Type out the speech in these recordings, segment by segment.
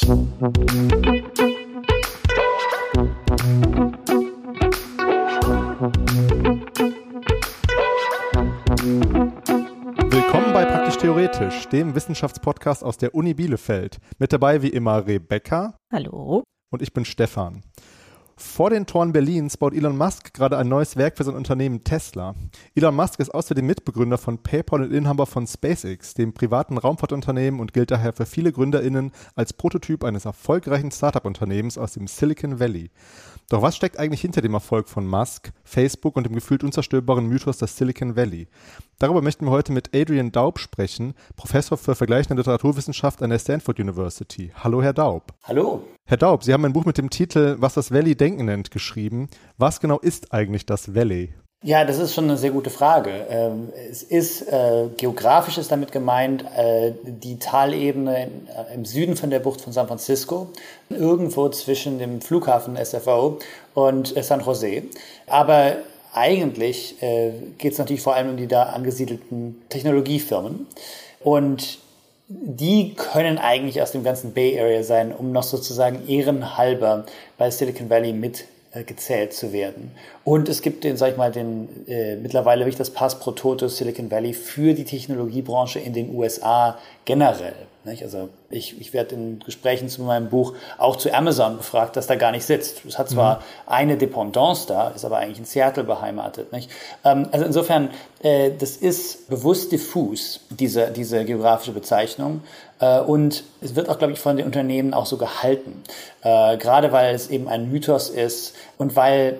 Willkommen bei Praktisch Theoretisch, dem Wissenschaftspodcast aus der Uni Bielefeld. Mit dabei wie immer Rebecca. Hallo. Und ich bin Stefan. Vor den Toren Berlins baut Elon Musk gerade ein neues Werk für sein Unternehmen Tesla. Elon Musk ist außerdem Mitbegründer von PayPal und Inhaber von SpaceX, dem privaten Raumfahrtunternehmen, und gilt daher für viele GründerInnen als Prototyp eines erfolgreichen Startup-Unternehmens aus dem Silicon Valley. Doch was steckt eigentlich hinter dem Erfolg von Musk, Facebook und dem gefühlt unzerstörbaren Mythos des Silicon Valley? Darüber möchten wir heute mit Adrian Daub sprechen, Professor für vergleichende Literaturwissenschaft an der Stanford University. Hallo, Herr Daub. Hallo. Herr Daub, Sie haben ein Buch mit dem Titel Was das Valley Denken nennt geschrieben. Was genau ist eigentlich das Valley? Ja, das ist schon eine sehr gute Frage. Es ist, geografisch ist damit gemeint, die Talebene im Süden von der Bucht von San Francisco, irgendwo zwischen dem Flughafen SFO und San Jose. Aber eigentlich geht es natürlich vor allem um die da angesiedelten Technologiefirmen. Und die können eigentlich aus dem ganzen Bay Area sein, um noch sozusagen ehrenhalber bei Silicon Valley mitgezählt zu werden. Und es gibt mittlerweile wirklich das Pass pro Toto Silicon Valley für die Technologiebranche in den USA generell. Nicht? Also ich werde in Gesprächen zu meinem Buch auch zu Amazon befragt, dass da gar nicht sitzt. Es hat zwar eine Dependance da, ist aber eigentlich in Seattle beheimatet. Nicht? Also insofern, das ist bewusst diffus, diese geografische Bezeichnung. Und es wird auch, glaube ich, von den Unternehmen auch so gehalten. Gerade weil es eben ein Mythos ist und weil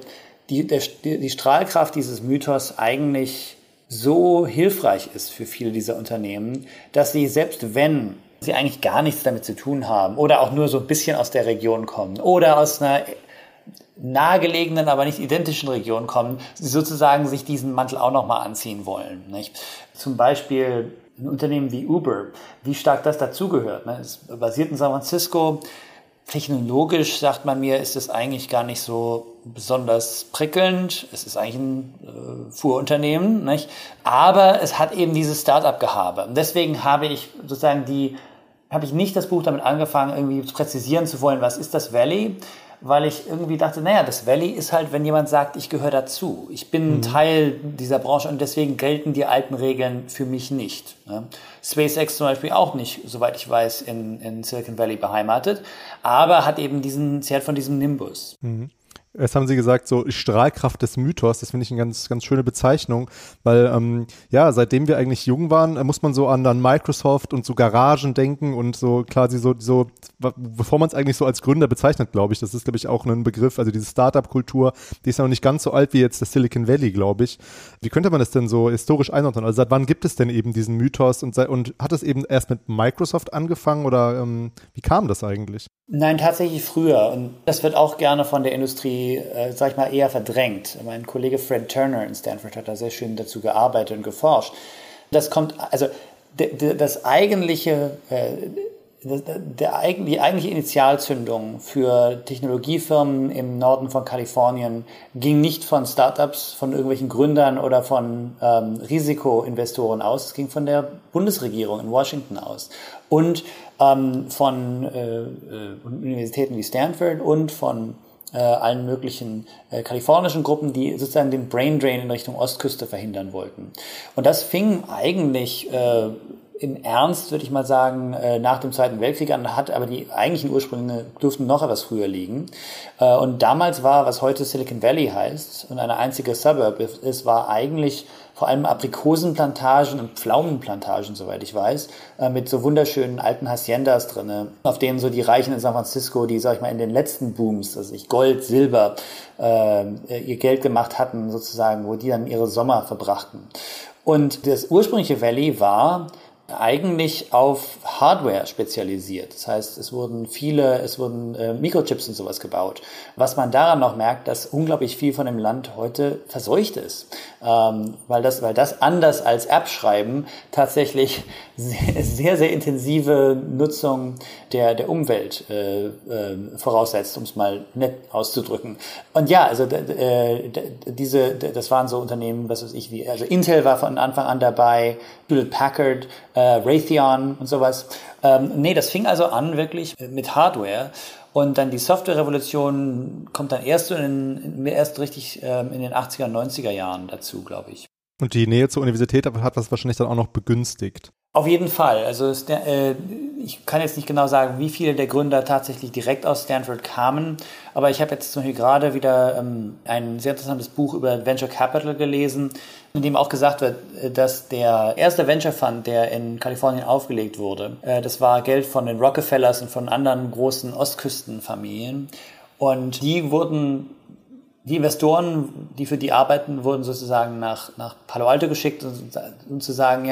die Strahlkraft dieses Mythos eigentlich so hilfreich ist für viele dieser Unternehmen, dass sie, selbst wenn sie eigentlich gar nichts damit zu tun haben oder auch nur so ein bisschen aus der Region kommen oder aus einer nahegelegenen, aber nicht identischen Region kommen, sie sozusagen sich diesen Mantel auch nochmal anziehen wollen. Nicht? Zum Beispiel ein Unternehmen wie Uber, wie stark das dazugehört. Ne? Es basiert in San Francisco. Technologisch, sagt man mir, ist es eigentlich gar nicht so besonders prickelnd. Es ist eigentlich ein Fuhrunternehmen, nicht? Aber es hat eben dieses Start-up-Gehabe. Und deswegen habe ich nicht das Buch damit angefangen, irgendwie präzisieren zu wollen, was ist das Valley? Weil ich irgendwie dachte, das Valley ist halt, wenn jemand sagt, ich gehöre dazu. Ich bin Teil dieser Branche und deswegen gelten die alten Regeln für mich nicht. Ne? SpaceX zum Beispiel auch nicht, soweit ich weiß, in Silicon Valley beheimatet, aber hat eben sie hat von diesem Nimbus. Jetzt haben Sie gesagt, so Strahlkraft des Mythos, das finde ich eine ganz, ganz schöne Bezeichnung, weil seitdem wir eigentlich jung waren, muss man so an Microsoft und so Garagen denken und so quasi so bevor man es eigentlich so als Gründer bezeichnet, glaube ich, das ist, glaube ich, auch ein Begriff, also diese Startup-Kultur, die ist ja noch nicht ganz so alt wie jetzt das Silicon Valley, glaube ich. Wie könnte man das denn so historisch einordnen? Also seit wann gibt es denn eben diesen Mythos und hat es eben erst mit Microsoft angefangen oder wie kam das eigentlich? Nein, tatsächlich früher. Und das wird auch gerne von der Industrie, eher verdrängt. Mein Kollege Fred Turner in Stanford hat da sehr schön dazu gearbeitet und geforscht. Das kommt, also die eigentliche Initialzündung für Technologiefirmen im Norden von Kalifornien ging nicht von Startups, von irgendwelchen Gründern oder von Risikoinvestoren aus. Es ging von der Bundesregierung in Washington aus und von Universitäten wie Stanford und von allen möglichen kalifornischen Gruppen, die sozusagen den Brain Drain in Richtung Ostküste verhindern wollten. Und das fing eigentlich im Ernst, würde ich mal sagen, nach dem Zweiten Weltkrieg an, hat aber die eigentlichen Ursprünge dürften noch etwas früher liegen. Und damals war, was heute Silicon Valley heißt und eine einzige Suburb ist, war eigentlich vor allem Aprikosenplantagen und Pflaumenplantagen, soweit ich weiß, mit so wunderschönen alten Haciendas drinne, auf denen so die Reichen in San Francisco, die, in den letzten Booms, also Gold, Silber, ihr Geld gemacht hatten, sozusagen, wo die dann ihre Sommer verbrachten. Und das ursprüngliche Valley war eigentlich auf Hardware spezialisiert. Das heißt, es wurden Mikrochips und sowas gebaut. Was man daran noch merkt, dass unglaublich viel von dem Land heute verseucht ist. Weil das anders als App-Schreiben tatsächlich sehr, sehr intensive Nutzung der Umwelt voraussetzt, um es mal nett auszudrücken. Und ja, also das waren so Unternehmen, also Intel war von Anfang an dabei, Hewlett Packard, Raytheon und sowas. Das fing also an wirklich mit Hardware. Und dann die Software-Revolution kommt dann erst richtig in den 80er, 90er Jahren dazu, glaube ich. Und die Nähe zur Universität hat das wahrscheinlich dann auch noch begünstigt. Auf jeden Fall. Also ich kann jetzt nicht genau sagen, wie viele der Gründer tatsächlich direkt aus Stanford kamen, aber ich habe jetzt zum Beispiel gerade wieder ein sehr interessantes Buch über Venture Capital gelesen, in dem auch gesagt wird, dass der erste Venture Fund, der in Kalifornien aufgelegt wurde, das war Geld von den Rockefellers und von anderen großen Ostküstenfamilien, und die Investoren, die für die arbeiten, wurden sozusagen nach Palo Alto geschickt, um zu sagen,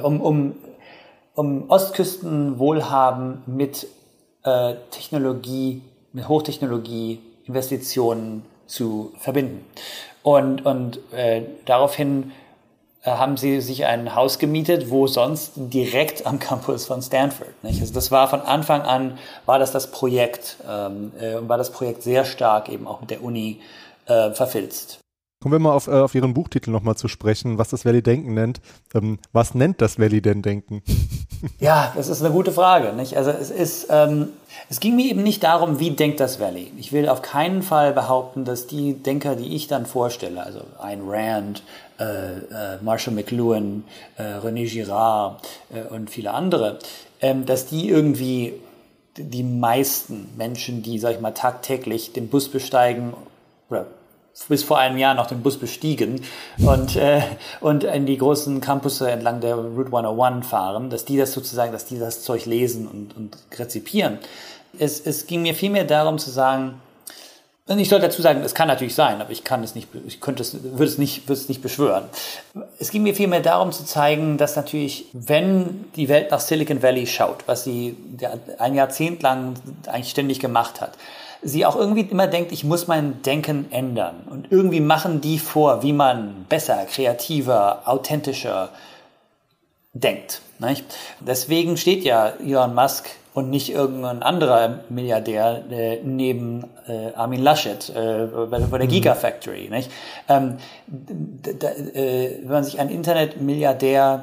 um Ostküstenwohlhaben mit Technologie, mit Hochtechnologie-Investitionen zu verbinden. Und daraufhin haben sie sich ein Haus gemietet, wo sonst direkt am Campus von Stanford. Nicht? Also das war von Anfang an, war das Projekt, und war das Projekt sehr stark eben auch mit der Uni verfilzt. Kommen wir mal auf Ihren Buchtitel nochmal zu sprechen, was das Valley-Denken nennt. Was nennt das Valley denn Denken? Ja, das ist eine gute Frage. Nicht? Also es ging mir eben nicht darum, wie denkt das Valley. Ich will auf keinen Fall behaupten, dass die Denker, die ich dann vorstelle, also Ayn Rand, Marshall McLuhan, René Girard und viele andere, dass die irgendwie die meisten Menschen, die, sag ich mal, tagtäglich den Bus besteigen oder bis vor einem Jahr noch den Bus bestiegen und in die großen Campusse entlang der Route 101 fahren, dass die das Zeug lesen und rezipieren. Es ging mir vielmehr darum zu sagen, und ich sollte dazu sagen, es kann natürlich sein, aber würde es nicht beschwören. Es ging mir vielmehr darum zu zeigen, dass natürlich, wenn die Welt nach Silicon Valley schaut, was sie ein Jahrzehnt lang eigentlich ständig gemacht hat, sie auch irgendwie immer denkt, ich muss mein Denken ändern. Und irgendwie machen die vor, wie man besser, kreativer, authentischer denkt. Nicht? Deswegen steht ja Elon Musk und nicht irgendein anderer Milliardär neben Armin Laschet bei der Gigafactory. Nicht? Wenn man sich einen Internetmilliardär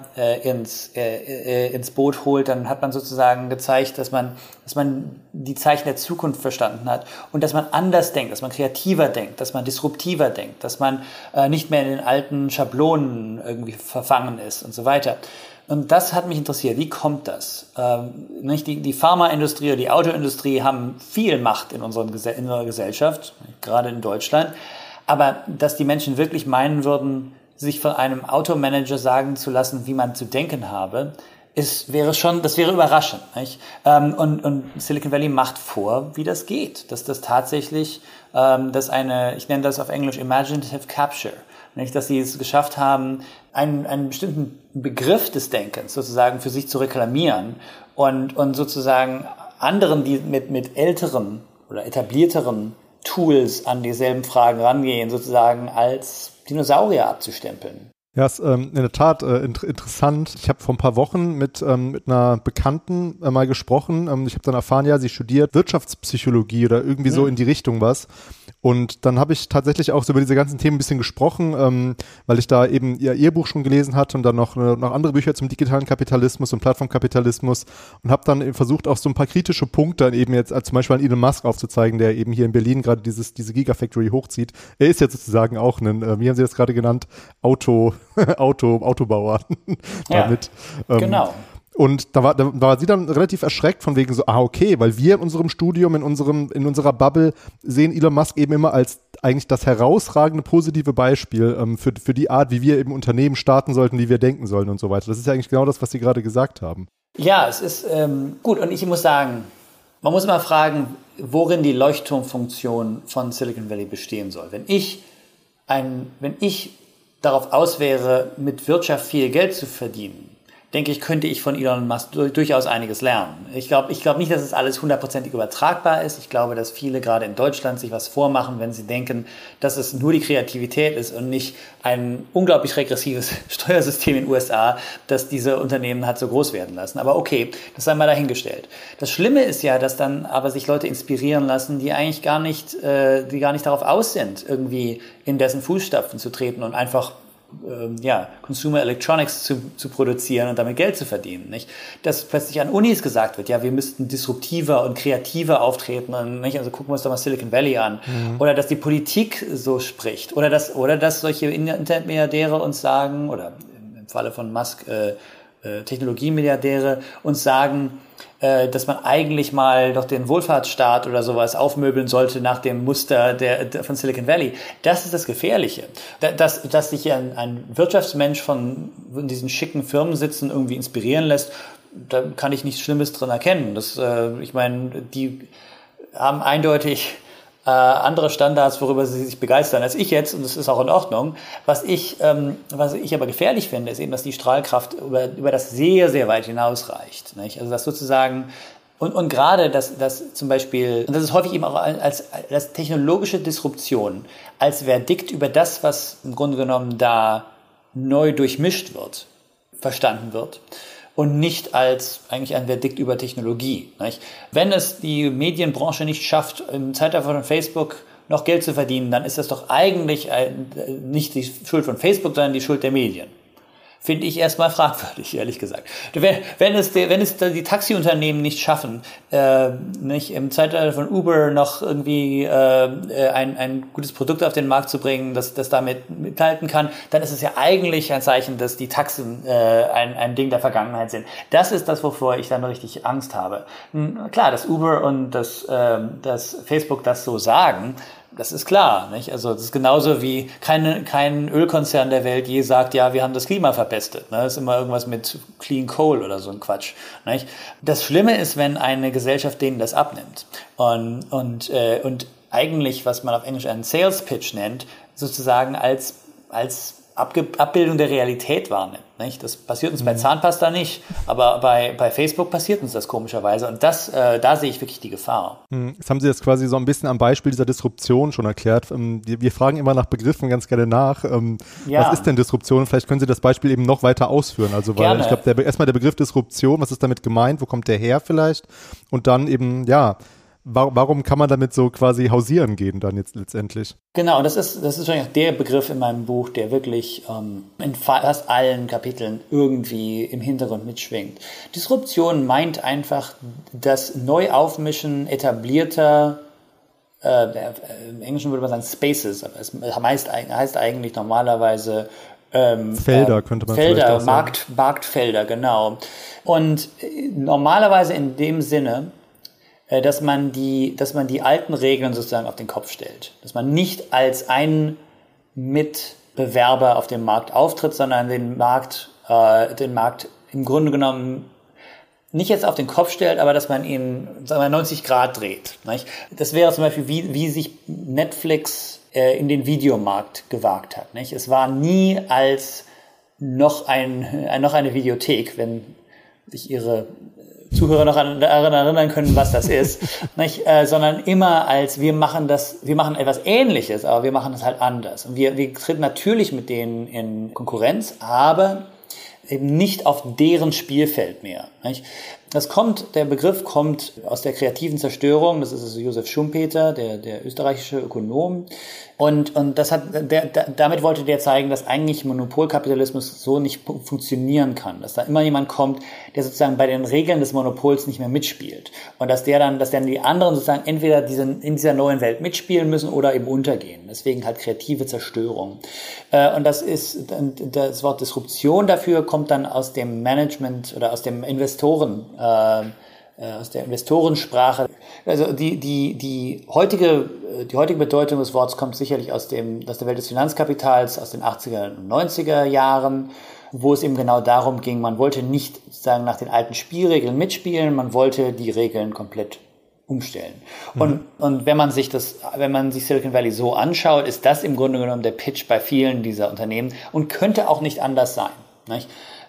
ins Boot holt, dann hat man sozusagen gezeigt, dass man die Zeichen der Zukunft verstanden hat und dass man anders denkt, dass man kreativer denkt, dass man disruptiver denkt, dass man nicht mehr in den alten Schablonen irgendwie verfangen ist und so weiter. Und das hat mich interessiert. Wie kommt das? Die Pharmaindustrie oder die Autoindustrie haben viel Macht in unserer Gesellschaft, gerade in Deutschland. Aber dass die Menschen wirklich meinen würden, sich von einem Automanager sagen zu lassen, wie man zu denken habe, das wäre überraschend. Nicht? Und Silicon Valley macht vor, wie das geht. Dass das tatsächlich, ich nenne das auf Englisch Imaginative Capture, nicht, dass sie es geschafft haben, einen bestimmten Begriff des Denkens sozusagen für sich zu reklamieren und sozusagen anderen, die mit älteren oder etablierteren Tools an dieselben Fragen rangehen, sozusagen als Dinosaurier abzustempeln. Ja, ist in der Tat interessant. Ich habe vor ein paar Wochen mit einer Bekannten mal gesprochen. Ich habe dann erfahren, ja, sie studiert Wirtschaftspsychologie oder irgendwie so in die Richtung was. Und dann habe ich tatsächlich auch so über diese ganzen Themen ein bisschen gesprochen, weil ich da eben ihr Buch schon gelesen hatte und dann noch andere Bücher zum digitalen Kapitalismus und Plattformkapitalismus und habe dann eben versucht, auch so ein paar kritische Punkte dann eben jetzt als zum Beispiel an Elon Musk aufzuzeigen, der eben hier in Berlin gerade diese Gigafactory hochzieht. Er ist jetzt sozusagen auch wie haben Sie das gerade genannt, Autobauer damit. Ja, genau. Und da war sie dann relativ erschreckt von wegen so, okay, weil wir in unserem Studium, in unserer Bubble sehen Elon Musk eben immer als eigentlich das herausragende positive Beispiel für die Art, wie wir eben Unternehmen starten sollten, wie wir denken sollen und so weiter. Das ist ja eigentlich genau das, was Sie gerade gesagt haben. Ja, es ist gut. Und ich muss sagen, man muss immer fragen, worin die Leuchtturmfunktion von Silicon Valley bestehen soll. Wenn ich darauf aus wäre, mit Wirtschaft viel Geld zu verdienen, denke ich, könnte ich von Elon Musk durchaus einiges lernen. Ich glaube nicht, dass es alles 100% übertragbar ist. Ich glaube, dass viele gerade in Deutschland sich was vormachen, wenn sie denken, dass es nur die Kreativität ist und nicht ein unglaublich regressives Steuersystem in den USA, das diese Unternehmen hat so groß werden lassen. Aber okay, das sei mal dahingestellt. Das Schlimme ist ja, dass dann aber sich Leute inspirieren lassen, die eigentlich gar nicht darauf aus sind, irgendwie in dessen Fußstapfen zu treten und einfach Consumer Electronics zu produzieren und damit Geld zu verdienen, nicht? Dass plötzlich an Unis gesagt wird, ja, wir müssten disruptiver und kreativer auftreten, und, nicht? Also gucken wir uns doch mal Silicon Valley an. Oder dass die Politik so spricht. Oder dass solche Internetmilliardäre uns sagen, oder im Falle von Musk, Technologiemilliardäre uns sagen, dass man eigentlich mal doch den Wohlfahrtsstaat oder sowas aufmöbeln sollte nach dem Muster von Silicon Valley. Das ist das Gefährliche. Dass sich ein Wirtschaftsmensch von diesen schicken Firmensitzen irgendwie inspirieren lässt, da kann ich nichts Schlimmes drin erkennen. Ich meine, die haben eindeutig andere Standards, worüber sie sich begeistern als ich jetzt, und das ist auch in Ordnung. Was ich aber gefährlich finde, ist eben, dass die Strahlkraft über das sehr, sehr weit hinausreicht. Nicht? Also das sozusagen, und gerade das zum Beispiel, und das ist häufig eben auch als technologische Disruption, als Verdikt über das, was im Grunde genommen da neu durchmischt wird, verstanden wird. Und nicht als eigentlich ein Verdikt über Technologie. Nicht? Wenn es die Medienbranche nicht schafft, im Zeitalter von Facebook noch Geld zu verdienen, dann ist das doch eigentlich nicht die Schuld von Facebook, sondern die Schuld der Medien. Finde ich erstmal fragwürdig, ehrlich gesagt. Wenn es die Taxiunternehmen nicht schaffen, nicht im Zeitalter von Uber noch irgendwie ein gutes Produkt auf den Markt zu bringen, das damit mithalten kann, dann ist es ja eigentlich ein Zeichen, dass die Taxen ein Ding der Vergangenheit sind. Das ist das, wovor ich dann richtig Angst habe. Klar, dass Uber und dass Facebook das so sagen, das ist klar, nicht? Also das ist genauso wie kein Ölkonzern der Welt je sagt, ja, wir haben das Klima verpestet. Ne? Das ist immer irgendwas mit Clean Coal oder so ein Quatsch. Nicht? Das Schlimme ist, wenn eine Gesellschaft denen das abnimmt und eigentlich, was man auf Englisch einen Sales Pitch nennt, sozusagen als Abbildung der Realität wahrnimmt. Nicht? Das passiert uns bei Zahnpasta nicht, aber bei Facebook passiert uns das komischerweise, und da sehe ich wirklich die Gefahr. Das haben Sie jetzt quasi so ein bisschen am Beispiel dieser Disruption schon erklärt. Wir fragen immer nach Begriffen ganz gerne nach. Was ist denn Disruption? Vielleicht können Sie das Beispiel eben noch weiter ausführen. Also, weil ich glaube, erstmal der Begriff Disruption, was ist damit gemeint? Wo kommt der her vielleicht? Und dann eben, warum kann man damit so quasi hausieren gehen dann jetzt letztendlich? Genau, das ist wahrscheinlich auch der Begriff in meinem Buch, der wirklich in fast allen Kapiteln irgendwie im Hintergrund mitschwingt. Disruption meint einfach das Neuaufmischen etablierter, im Englischen würde man sagen Spaces, aber es heißt eigentlich normalerweise Felder, könnte man vielleicht auch sagen. Marktfelder, genau. Und normalerweise in dem Sinne, dass man die alten Regeln sozusagen auf den Kopf stellt. Dass man nicht als ein Mitbewerber auf dem Markt auftritt, sondern den Markt im Grunde genommen nicht jetzt auf den Kopf stellt, aber dass man ihn, sagen wir, 90 Grad dreht. Nicht? Das wäre zum Beispiel, wie sich Netflix in den Videomarkt gewagt hat. Nicht? Es war nie als noch eine Videothek, wenn sich Ihre Zuhörer noch daran erinnern können, was das ist, nicht? Sondern immer als wir machen etwas Ähnliches, aber wir machen es halt anders. Und wir treten natürlich mit denen in Konkurrenz, aber eben nicht auf deren Spielfeld mehr. Nicht? Der Begriff kommt aus der kreativen Zerstörung, das ist also Josef Schumpeter, der österreichische Ökonom. Und damit wollte der zeigen, dass eigentlich Monopolkapitalismus so nicht funktionieren kann. Dass da immer jemand kommt, der sozusagen bei den Regeln des Monopols nicht mehr mitspielt. Und dass dann die anderen sozusagen entweder in dieser neuen Welt mitspielen müssen oder eben untergehen. Deswegen halt kreative Zerstörung. Und das Wort Disruption dafür kommt dann aus dem Management oder aus dem aus der Investorensprache. Also die heutige Bedeutung des Wortes kommt sicherlich aus der Welt des Finanzkapitals, aus den 80er und 90er Jahren, wo es eben genau darum ging, man wollte nicht sozusagen nach den alten Spielregeln mitspielen, man wollte die Regeln komplett umstellen. Und wenn man sich Silicon Valley so anschaut, ist das im Grunde genommen der Pitch bei vielen dieser Unternehmen und könnte auch nicht anders sein. Nicht?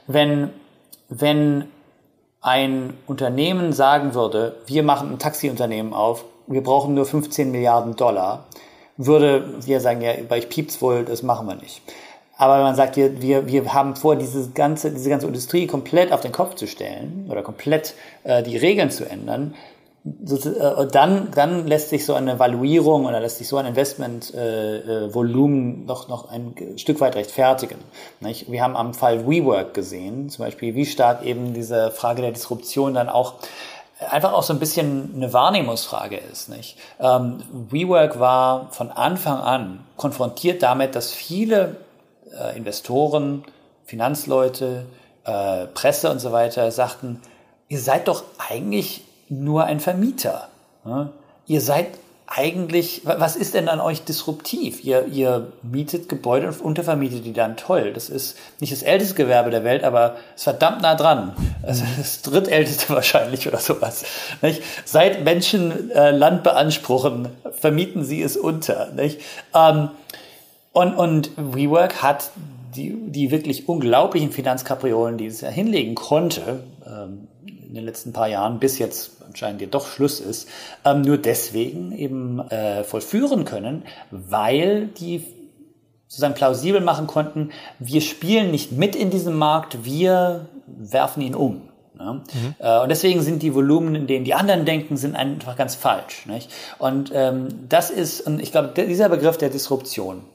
Wenn ein Unternehmen sagen würde, wir machen ein Taxiunternehmen auf, wir brauchen nur 15 Milliarden $, würde wir sagen, ja, bei euch piept's wohl, das machen wir nicht. Aber wenn man sagt, wir haben vor, diese ganze Industrie komplett auf den Kopf zu stellen oder komplett die Regeln zu ändern, Und dann lässt sich so eine Valuierung oder lässt sich so ein Investmentvolumen noch ein Stück weit rechtfertigen. Nicht? Wir haben am Fall WeWork gesehen, zum Beispiel, wie stark eben diese Frage der Disruption dann auch einfach auch so ein bisschen eine Wahrnehmungsfrage ist. Nicht? WeWork war von Anfang an konfrontiert damit, dass viele Investoren, Finanzleute, Presse und so weiter sagten, ihr seid doch eigentlich nur ein Vermieter. Ne? Ihr seid eigentlich, was ist denn an euch disruptiv? Ihr mietet Gebäude und untervermietet die dann, toll. Das ist nicht das älteste Gewerbe der Welt, aber es ist verdammt nah dran. Also das drittälteste wahrscheinlich oder sowas. Nicht? Seit Menschen Land beanspruchen, vermieten sie es unter. Nicht? Und WeWork hat die wirklich unglaublichen Finanzkapriolen, die es ja hinlegen konnte, in den letzten paar Jahren, bis jetzt anscheinend ja doch Schluss ist, nur deswegen eben vollführen können, weil die sozusagen plausibel machen konnten, wir spielen nicht mit in diesem Markt, wir werfen ihn um. Ne? Und deswegen sind die Volumen, in denen die anderen denken, sind einfach ganz falsch. Nicht? Und das ist, und ich glaube, dieser Begriff der Disruption,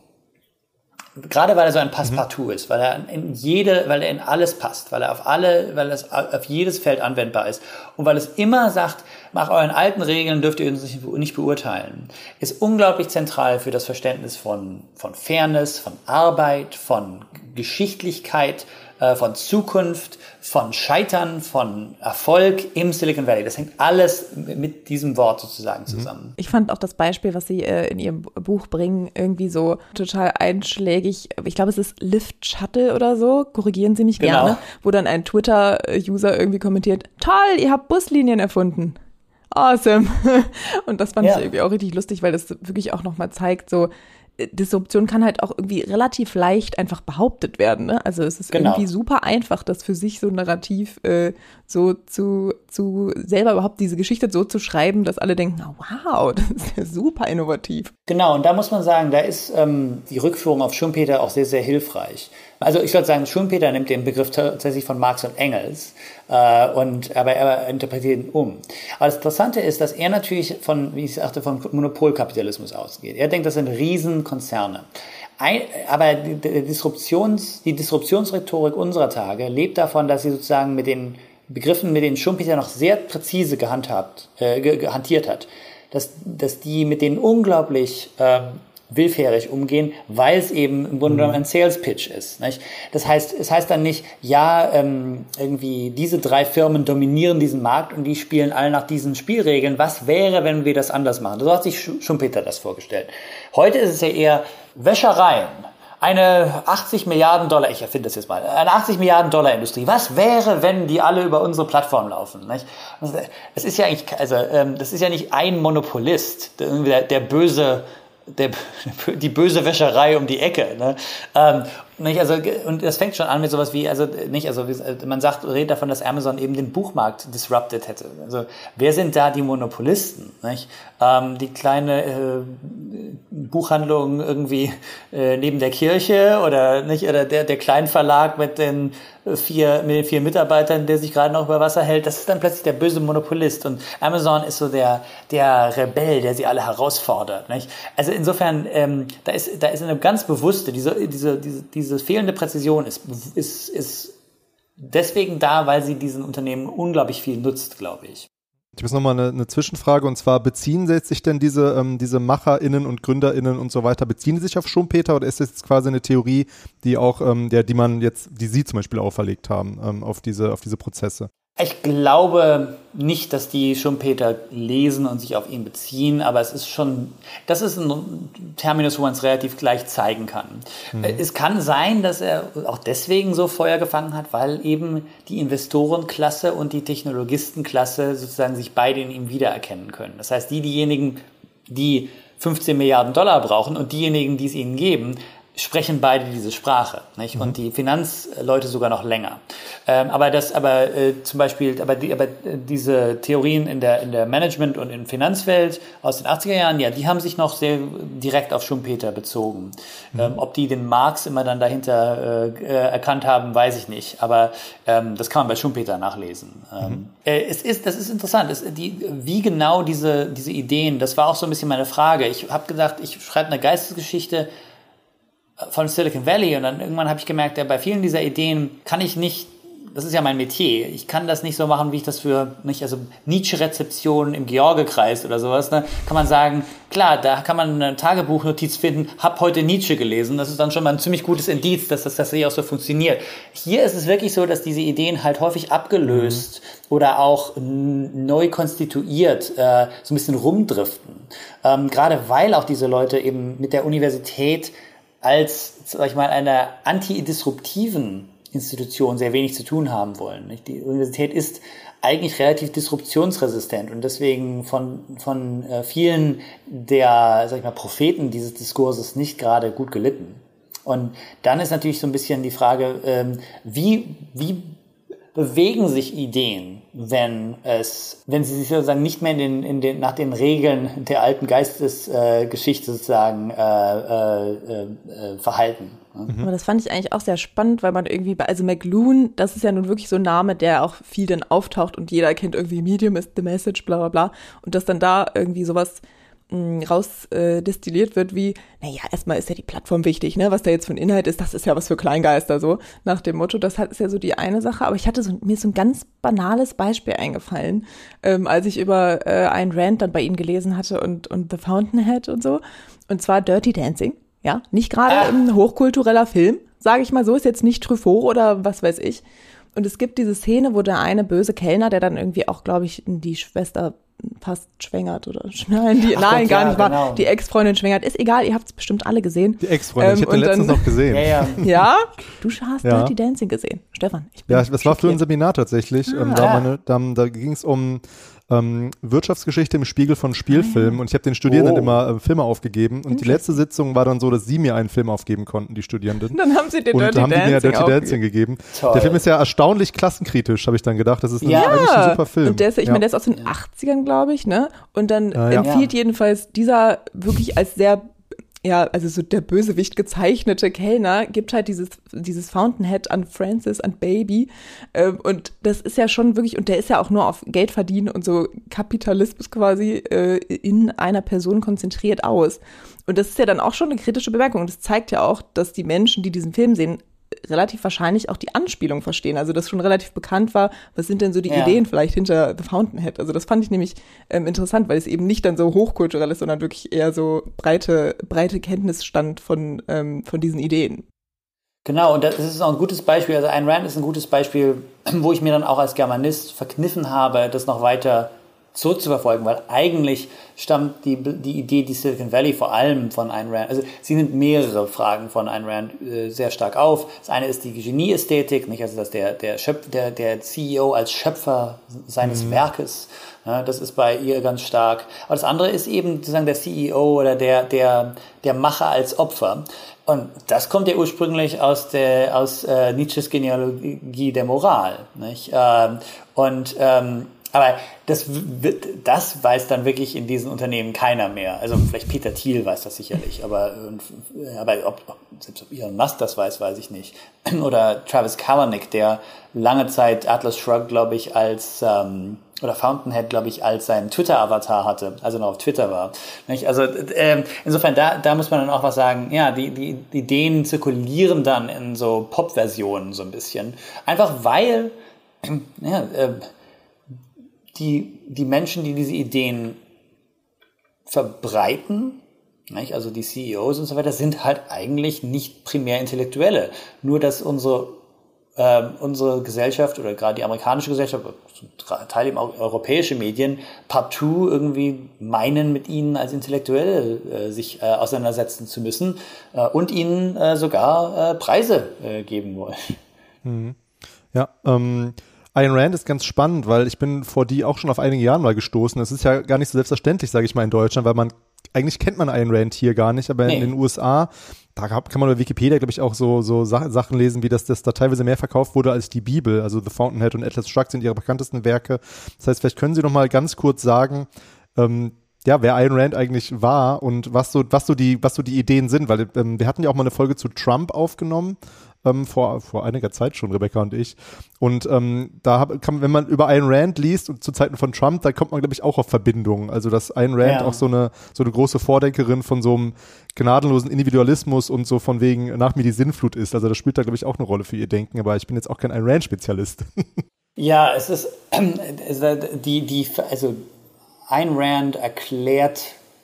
gerade weil er so ein Passepartout ist, weil er in alles passt, weil es auf jedes Feld anwendbar ist und weil es immer sagt, nach euren alten Regeln dürft ihr uns nicht beurteilen, ist unglaublich zentral für das Verständnis von Fairness, von Arbeit, von Geschichtlichkeit, von Zukunft, von Scheitern, von Erfolg im Silicon Valley. Das hängt alles mit diesem Wort sozusagen zusammen. Ich fand auch das Beispiel, was Sie in Ihrem Buch bringen, irgendwie so total einschlägig. Ich glaube, es ist Lyft Shuttle oder so, korrigieren Sie mich gerne, wo dann ein Twitter-User irgendwie kommentiert, toll, ihr habt Buslinien erfunden. Awesome. Und das fand ich irgendwie auch richtig lustig, weil das wirklich auch nochmal zeigt, so Disruption kann halt auch irgendwie relativ leicht einfach behauptet werden. Ne? Also es ist irgendwie super einfach, das für sich so narrativ so zu selber überhaupt diese Geschichte so zu schreiben, dass alle denken, oh, wow, das ist ja super innovativ. Genau, und da muss man sagen, da ist die Rückführung auf Schumpeter auch sehr, sehr hilfreich. Also ich würde sagen, Schumpeter nimmt den Begriff tatsächlich von Marx und Engels, aber er interpretiert ihn um. Aber das Interessante ist, dass er natürlich von Monopolkapitalismus ausgeht. Er denkt, das sind Riesenkonzerne. Aber die Disruptionsrhetorik unserer Tage lebt davon, dass sie sozusagen mit den Begriffen, mit denen Schumpeter noch sehr präzise hantiert hat, dass die mit denen unglaublich willfährig umgehen, weil es eben im Grunde genommen ein Sales-Pitch ist. Nicht? Das heißt, es heißt dann nicht, irgendwie diese 3 Firmen dominieren diesen Markt und die spielen alle nach diesen Spielregeln. Was wäre, wenn wir das anders machen? So hat sich Schumpeter das vorgestellt. Heute ist es ja eher Wäschereien. Eine 80 Milliarden Dollar, ich erfinde das jetzt mal, eine 80 Milliarden Dollar Industrie. Was wäre, wenn die alle über unsere Plattform laufen? Nicht? Es ist ja eigentlich, das ist ja nicht ein Monopolist, die böse Wäscherei um die Ecke. Ne? Und das fängt schon an mit sowas wie, man redet davon, dass Amazon eben den Buchmarkt disrupted hätte. Also wer sind da die Monopolisten? Nicht? Die kleine Buchhandlung irgendwie neben der Kirche oder nicht, oder der Kleinverlag mit den 4 Mitarbeitern, der sich gerade noch über Wasser hält, das ist dann plötzlich der böse Monopolist und Amazon ist so der Rebell, der sie alle herausfordert. Nicht? Also insofern, da ist eine ganz bewusste, diese fehlende Präzision ist deswegen da, weil sie diesen Unternehmen unglaublich viel nutzt, glaube ich. Ich habe jetzt nochmal eine Zwischenfrage, und zwar beziehen sich denn diese MacherInnen und GründerInnen und so weiter, beziehen die sich auf Schumpeter, oder ist das jetzt quasi eine Theorie, die auch, die Sie zum Beispiel auferlegt haben, auf diese Prozesse? Ich glaube nicht, dass die Schumpeter lesen und sich auf ihn beziehen, aber das ist ein Terminus, wo man es relativ gleich zeigen kann. Es kann sein, dass er auch deswegen so Feuer gefangen hat, weil eben die Investorenklasse und die Technologistenklasse sozusagen sich beide in ihm wiedererkennen können. Das heißt, diejenigen, die 15 Milliarden Dollar brauchen und diejenigen, die es ihnen geben, sprechen beide diese Sprache, nicht? Und die Finanzleute sogar noch länger. Aber diese Theorien in der Management- und in Finanzwelt aus den 80er Jahren, ja, die haben sich noch sehr direkt auf Schumpeter bezogen. Ob die den Marx immer dann dahinter erkannt haben, weiß ich nicht. Aber das kann man bei Schumpeter nachlesen. Das ist interessant. Wie genau diese Ideen, das war auch so ein bisschen meine Frage. Ich habe gedacht, ich schreibe eine Geistesgeschichte von Silicon Valley und dann irgendwann habe ich gemerkt, ja, bei vielen dieser Ideen kann ich nicht, das ist ja mein Metier, ich kann das nicht so machen, wie ich das also Nietzsche-Rezeption im George-Kreis oder sowas, ne, kann man sagen, klar, da kann man eine Tagebuchnotiz finden, hab heute Nietzsche gelesen, das ist dann schon mal ein ziemlich gutes Indiz, dass das tatsächlich auch so funktioniert. Hier ist es wirklich so, dass diese Ideen halt häufig abgelöst oder auch neu konstituiert so ein bisschen rumdriften. Gerade weil auch diese Leute eben mit der Universität als, sag ich mal, einer antidisruptiven Institution sehr wenig zu tun haben wollen. Die Universität ist eigentlich relativ disruptionsresistent und deswegen von vielen der, sag ich mal, Propheten dieses Diskurses nicht gerade gut gelitten. Und dann ist natürlich so ein bisschen die Frage, wie bewegen sich Ideen, wenn sie sich sozusagen nicht mehr nach den Regeln der alten Geistesgeschichte sozusagen verhalten. Aber das fand ich eigentlich auch sehr spannend, weil man irgendwie, also McLuhan, das ist ja nun wirklich so ein Name, der auch viel dann auftaucht und jeder kennt irgendwie Medium is the message, bla bla bla. Und dass dann da irgendwie sowas rausdestilliert wird wie, naja, erstmal ist ja die Plattform wichtig, ne, was da jetzt für ein Inhalt ist, das ist ja was für Kleingeister, so nach dem Motto, das ist ja so die eine Sache, aber mir ist so ein ganz banales Beispiel eingefallen, als ich über Ayn Rand dann bei Ihnen gelesen hatte und The Fountainhead und so, und zwar Dirty Dancing, ja, nicht gerade ein hochkultureller Film, sage ich mal so, ist jetzt nicht Truffaut oder was weiß ich, und es gibt diese Szene, wo der eine böse Kellner, der dann irgendwie auch, glaube ich, die Schwester fast schwängert oder nein, gar nicht wahr. Genau. Die Ex-Freundin schwängert. Ist egal, ihr habt es bestimmt alle gesehen. Die Ex-Freundin, ich habe den letztens noch gesehen. Ja? Du hast Dirty Dancing gesehen. Stefan, das war für ein Seminar tatsächlich. Da ging es um Wirtschaftsgeschichte im Spiegel von Spielfilmen und ich habe den Studierenden immer Filme aufgegeben und die letzte Sitzung war dann so, dass sie mir einen Film aufgeben konnten, die Studierenden. Dann haben sie den Dirty Dancing gegeben. Toll. Der Film ist ja erstaunlich klassenkritisch, habe ich dann gedacht. Das ist eigentlich ein super Film. Und der ist aus den 80ern, glaube ich, ne? Und dann empfiehlt jedenfalls dieser wirklich als sehr, also so der Bösewicht gezeichnete Kellner, gibt halt dieses Fountainhead an Francis, an Baby. Und das ist ja schon wirklich, und der ist ja auch nur auf Geld verdienen und so Kapitalismus quasi in einer Person konzentriert aus. Und das ist ja dann auch schon eine kritische Bemerkung. Und das zeigt ja auch, dass die Menschen, die diesen Film sehen, relativ wahrscheinlich auch die Anspielung verstehen. Also dass schon relativ bekannt war, was sind denn so die Ideen vielleicht hinter The Fountainhead. Also das fand ich nämlich interessant, weil es eben nicht dann so hochkulturell ist, sondern wirklich eher so breite Kenntnisstand von diesen Ideen. Genau, und das ist auch ein gutes Beispiel. Also Ayn Rand ist ein gutes Beispiel, wo ich mir dann auch als Germanist verkniffen habe, das noch weiter zurückzuverfolgen, weil eigentlich stammt die Idee, die Silicon Valley vor allem von Ayn Rand, also sie nimmt mehrere Fragen von Ayn Rand sehr stark auf. Das eine ist die Genieästhetik, nicht, also dass der CEO als Schöpfer seines Werkes, ja, das ist bei ihr ganz stark. Aber das andere ist eben sozusagen der CEO oder der Macher als Opfer. Und das kommt ja ursprünglich aus Nietzsches Genealogie der Moral, nicht? Aber das weiß dann wirklich in diesen Unternehmen keiner mehr. Also vielleicht Peter Thiel weiß das sicherlich, aber ob Elon Musk das weiß ich nicht. Oder Travis Kalanick, der lange Zeit Atlas Shrugged, glaube ich, oder Fountainhead, glaube ich, als seinen Twitter-Avatar hatte, also noch auf Twitter war. Nicht? Also insofern, da muss man dann auch was sagen, ja, die Ideen zirkulieren dann in so Pop-Versionen so ein bisschen. Einfach weil die Menschen, die diese Ideen verbreiten, nicht? Also die CEOs und so weiter, sind halt eigentlich nicht primär Intellektuelle. Nur, dass unsere Gesellschaft oder gerade die amerikanische Gesellschaft, zum Teil eben auch europäische Medien, partout irgendwie meinen, mit ihnen als Intellektuelle sich auseinandersetzen zu müssen und ihnen sogar Preise geben wollen. Mhm. Ja, Ayn Rand ist ganz spannend, weil ich bin vor die auch schon auf einige Jahre mal gestoßen. Es ist ja gar nicht so selbstverständlich, sage ich mal, in Deutschland, weil man eigentlich kennt man Ayn Rand hier gar nicht, aber in den USA, da kann man bei Wikipedia, glaube ich, auch so Sachen lesen, wie das da teilweise mehr verkauft wurde als die Bibel. Also The Fountainhead und Atlas Shrugged sind ihre bekanntesten Werke. Das heißt, vielleicht können Sie noch mal ganz kurz sagen, wer Ayn Rand eigentlich war und was so die Ideen sind, weil wir hatten ja auch mal eine Folge zu Trump aufgenommen, vor einiger Zeit schon, Rebecca und ich. Und wenn man über Ayn Rand liest und zu Zeiten von Trump, da kommt man, glaube ich, auch auf Verbindungen. Also, dass Ayn Rand auch so eine große Vordenkerin von so einem gnadenlosen Individualismus und so von wegen nach mir die Sinnflut ist. Also, das spielt da, glaube ich, auch eine Rolle für ihr Denken. Aber ich bin jetzt auch kein Ayn Rand-Spezialist. Ja, es ist, also Ayn Rand erklärt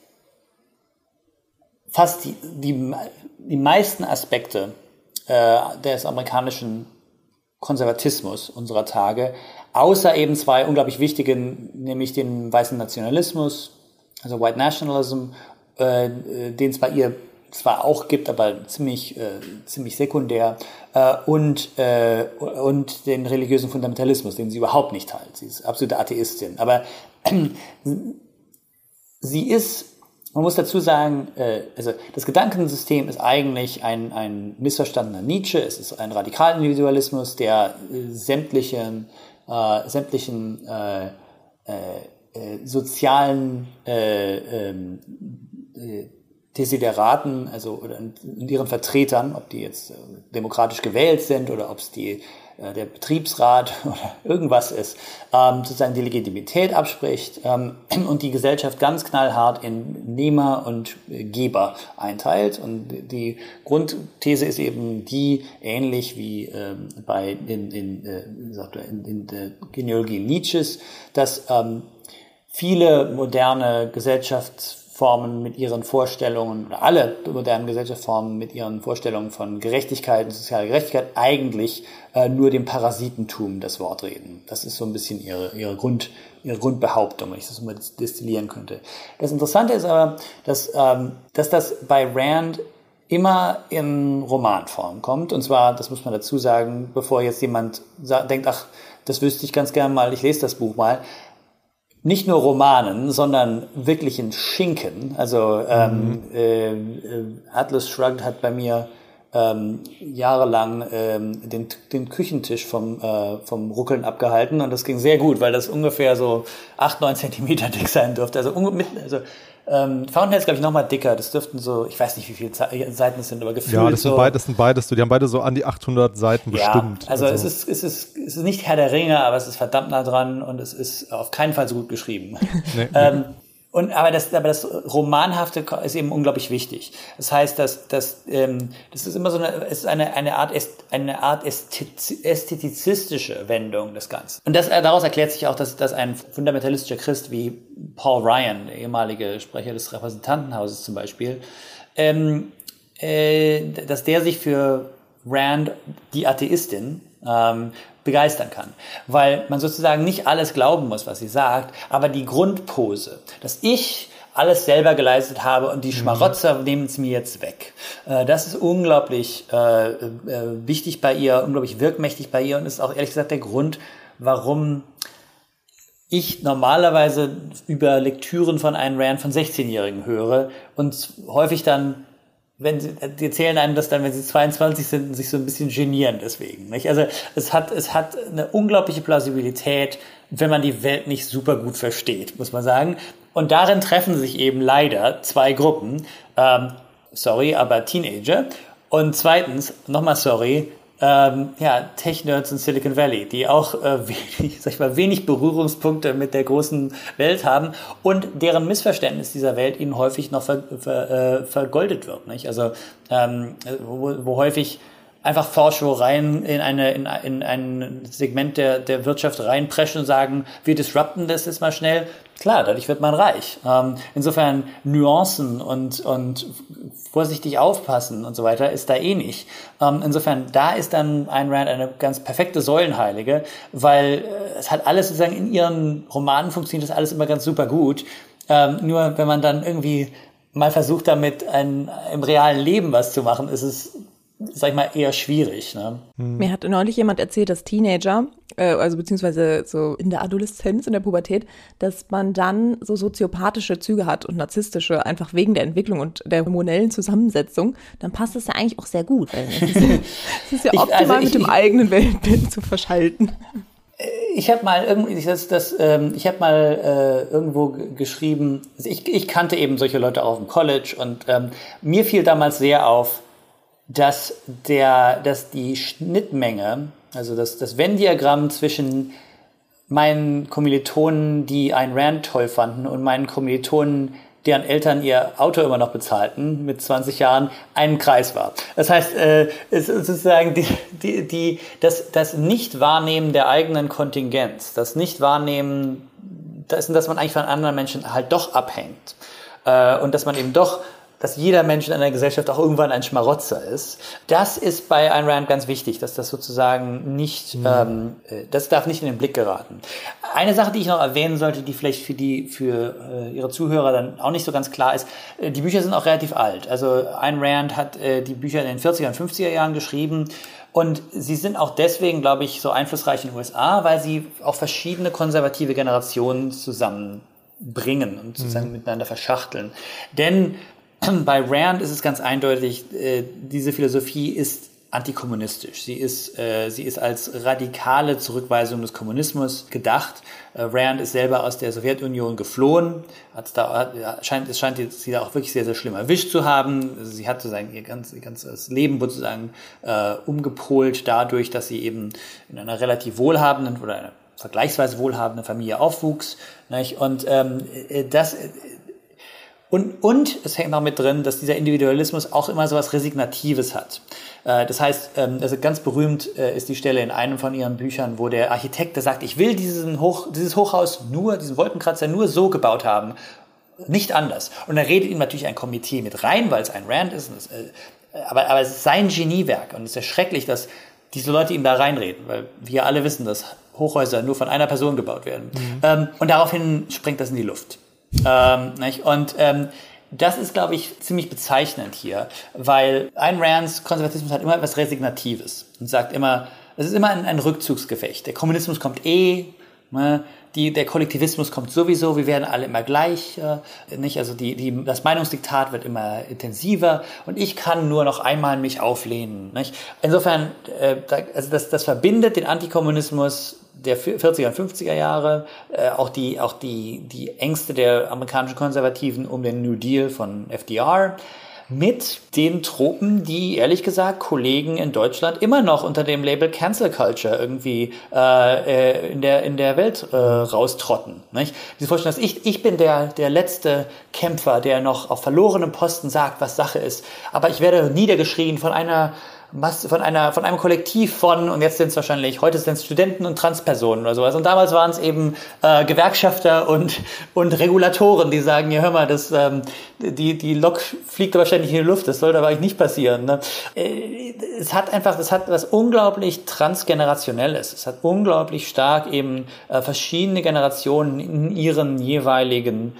fast die meisten Aspekte des amerikanischen Konservatismus unserer Tage, außer eben zwei unglaublich wichtige, nämlich den weißen Nationalismus, also White Nationalism, den es bei ihr zwar auch gibt, aber ziemlich sekundär, und den religiösen Fundamentalismus, den sie überhaupt nicht teilt. Sie ist absolute Atheistin. Aber sie ist, man muss dazu sagen, also das Gedankensystem ist eigentlich ein missverstandener Nietzsche. Es ist ein Radikalindividualismus, der sämtlichen sozialen Desideraten, also oder in ihren Vertretern, ob die jetzt demokratisch gewählt sind oder ob es der Betriebsrat oder irgendwas ist, sozusagen die Legitimität abspricht und die Gesellschaft ganz knallhart in Nehmer und Geber einteilt. Und die Grundthese ist eben die, ähnlich wie in der Genealogie Nietzsches, dass viele moderne Gesellschaftsformen mit ihren Vorstellungen, oder alle modernen Gesellschaftsformen mit ihren Vorstellungen von Gerechtigkeit und sozialer Gerechtigkeit eigentlich nur dem Parasitentum das Wort reden. Das ist so ein bisschen ihre Grundbehauptung, wenn ich das mal destillieren könnte. Das Interessante ist aber, dass das bei Rand immer in Romanform kommt. Und zwar, das muss man dazu sagen, bevor jetzt jemand denkt, ach, das wüsste ich ganz gern mal, ich lese das Buch mal. Nicht nur Romanen, sondern wirklich in Schinken. Also Atlas Shrugged hat bei mir jahrelang den Küchentisch vom Ruckeln abgehalten, und das ging sehr gut, weil das ungefähr so 8-9 Zentimeter dick sein dürfte. Fountainhead ist, glaube ich, noch mal dicker. Das dürften so, ich weiß nicht, wie viele Seiten es sind, aber gefühlt ja, das sind beides. Die haben beide so an die 800 Seiten bestimmt. Ja, also es ist nicht Herr der Ringe, aber es ist verdammt nah dran und es ist auf keinen Fall so gut geschrieben. Nee. Aber das Romanhafte ist eben unglaublich wichtig. Das heißt, das ist immer eine Art ästhetizistische Wendung des Ganzen. Und daraus erklärt sich auch, dass ein fundamentalistischer Christ wie Paul Ryan, der ehemalige Sprecher des Repräsentantenhauses zum Beispiel, dass der sich für Rand, die Atheistin, begeistern kann. Weil man sozusagen nicht alles glauben muss, was sie sagt, aber die Grundpose, dass ich alles selber geleistet habe und die Schmarotzer nehmen es mir jetzt weg. Das ist unglaublich wichtig bei ihr, unglaublich wirkmächtig bei ihr und ist auch ehrlich gesagt der Grund, warum ich normalerweise über Lektüren von Ayn Rand von 16-Jährigen höre und häufig dann, die erzählen einem das dann, wenn sie 22 sind und sich so ein bisschen genieren deswegen, nicht? Also es hat eine unglaubliche Plausibilität, wenn man die Welt nicht super gut versteht, muss man sagen. Und darin treffen sich eben leider zwei Gruppen. Sorry, aber Teenager. Und zweitens, nochmal sorry, Tech-Nerds in Silicon Valley, die auch wenig Berührungspunkte mit der großen Welt haben und deren Missverständnis dieser Welt ihnen häufig noch vergoldet wird, nicht? Also wo häufig einfach Forscher rein in ein Segment der Wirtschaft reinpreschen und sagen, wir disrupten das jetzt mal schnell. Klar, dadurch wird man reich. Insofern Nuancen und vorsichtig aufpassen und so weiter ist da eh nicht. Insofern, da ist dann Ayn Rand eine ganz perfekte Säulenheilige, weil es hat alles sozusagen in ihren Romanen funktioniert das alles immer ganz super gut. Nur wenn man dann irgendwie mal versucht, damit im realen Leben was zu machen, ist es sag ich mal, eher schwierig. Ne? Mir hat neulich jemand erzählt, dass Teenager, also beziehungsweise so in der Adoleszenz, in der Pubertät, dass man dann so soziopathische Züge hat und narzisstische, einfach wegen der Entwicklung und der hormonellen Zusammensetzung, dann passt das ja eigentlich auch sehr gut. Weil es ist ja optimal, mit dem eigenen Weltbild zu verschalten. Ich habe mal irgendwo geschrieben, ich kannte eben solche Leute auch im College und mir fiel damals sehr auf, dass die Schnittmenge, also das Venn-Diagramm zwischen meinen Kommilitonen, die Ayn Rand toll fanden, und meinen Kommilitonen, deren Eltern ihr Auto immer noch bezahlten mit 20 Jahren, ein Kreis war. Das heißt, es ist sozusagen das Nicht-Wahrnehmen der eigenen Kontingenz, das Nicht-Wahrnehmen, dass man eigentlich von anderen Menschen halt doch abhängt und dass man eben doch, dass jeder Mensch in einer Gesellschaft auch irgendwann ein Schmarotzer ist. Das ist bei Ayn Rand ganz wichtig, dass das sozusagen nicht, das darf nicht in den Blick geraten. Eine Sache, die ich noch erwähnen sollte, die vielleicht für Ihre Zuhörer dann auch nicht so ganz klar ist, die Bücher sind auch relativ alt. Also Ayn Rand hat die Bücher in den 40er und 50er Jahren geschrieben. Und sie sind auch deswegen, glaube ich, so einflussreich in den USA, weil sie auch verschiedene konservative Generationen zusammenbringen und sozusagen miteinander verschachteln. Denn bei Rand ist es ganz eindeutig, diese Philosophie ist antikommunistisch. Sie ist als radikale Zurückweisung des Kommunismus gedacht. Rand ist selber aus der Sowjetunion geflohen. Es scheint sie da auch wirklich sehr, sehr schlimm erwischt zu haben. Sie hat sozusagen ihr ganzes Leben sozusagen umgepolt dadurch, dass sie eben in einer relativ wohlhabenden oder einer vergleichsweise wohlhabenden Familie aufwuchs. Nicht? Und Und es hängt noch mit drin, dass dieser Individualismus auch immer so was Resignatives hat. Das heißt, also ganz berühmt ist die Stelle in einem von ihren Büchern, wo der Architekt, der sagt, ich will dieses Hochhaus diesen Wolkenkratzer nur so gebaut haben, nicht anders. Und dann redet ihm natürlich ein Komitee mit rein, weil es ein Rand ist. Aber es ist sein Geniewerk. Und es ist ja schrecklich, dass diese Leute ihm da reinreden, weil wir alle wissen, dass Hochhäuser nur von einer Person gebaut werden. Und daraufhin springt das in die Luft. Das ist, glaube ich, ziemlich bezeichnend hier, weil Ayn Rands Konservatismus hat immer etwas Resignatives und sagt immer, es ist immer ein Rückzugsgefecht. Der Kommunismus kommt der Kollektivismus kommt sowieso, wir werden alle immer gleich, nicht? Also das Meinungsdiktat wird immer intensiver und ich kann nur noch einmal mich auflehnen, nicht? Insofern, das verbindet den Antikommunismus der 40er und 50er Jahre, auch die Ängste der amerikanischen Konservativen um den New Deal von FDR, mit den Tropen, die, ehrlich gesagt, Kollegen in Deutschland immer noch unter dem Label Cancel Culture irgendwie in der Welt raustrotten. Nicht? Sie vorstellen, dass ich bin der letzte Kämpfer, der noch auf verlorenem Posten sagt, was Sache ist. Aber ich werde niedergeschrien von einem Kollektiv und jetzt sind es wahrscheinlich, heute sind es Studenten und Transpersonen oder sowas. Und damals waren es eben Gewerkschafter und Regulatoren, die sagen, ja hör mal, die Lok fliegt aber ständig in die Luft, das sollte aber eigentlich nicht passieren. Ne? Das hat was unglaublich Transgenerationelles. Es hat unglaublich stark eben verschiedene Generationen in ihren jeweiligen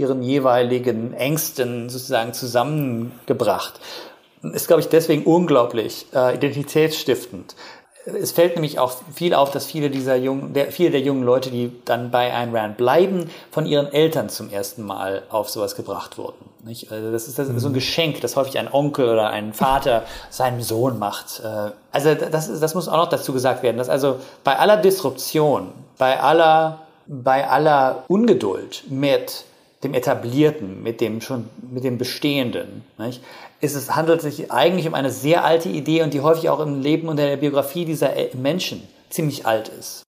Ängsten sozusagen zusammengebracht. Ist, glaube ich, deswegen unglaublich identitätsstiftend. Es fällt nämlich auch viel auf, dass viele der jungen Leute, die dann bei Ayn Rand bleiben, von ihren Eltern zum ersten Mal auf sowas gebracht wurden. Nicht? Also das ist so ein Geschenk, das häufig ein Onkel oder ein Vater seinem Sohn macht. Also das muss auch noch dazu gesagt werden, dass also bei aller Disruption, bei aller Ungeduld mit dem Etablierten, mit dem Bestehenden, nicht? Handelt es sich eigentlich um eine sehr alte Idee und die häufig auch im Leben und in der Biografie dieser Menschen ziemlich alt ist.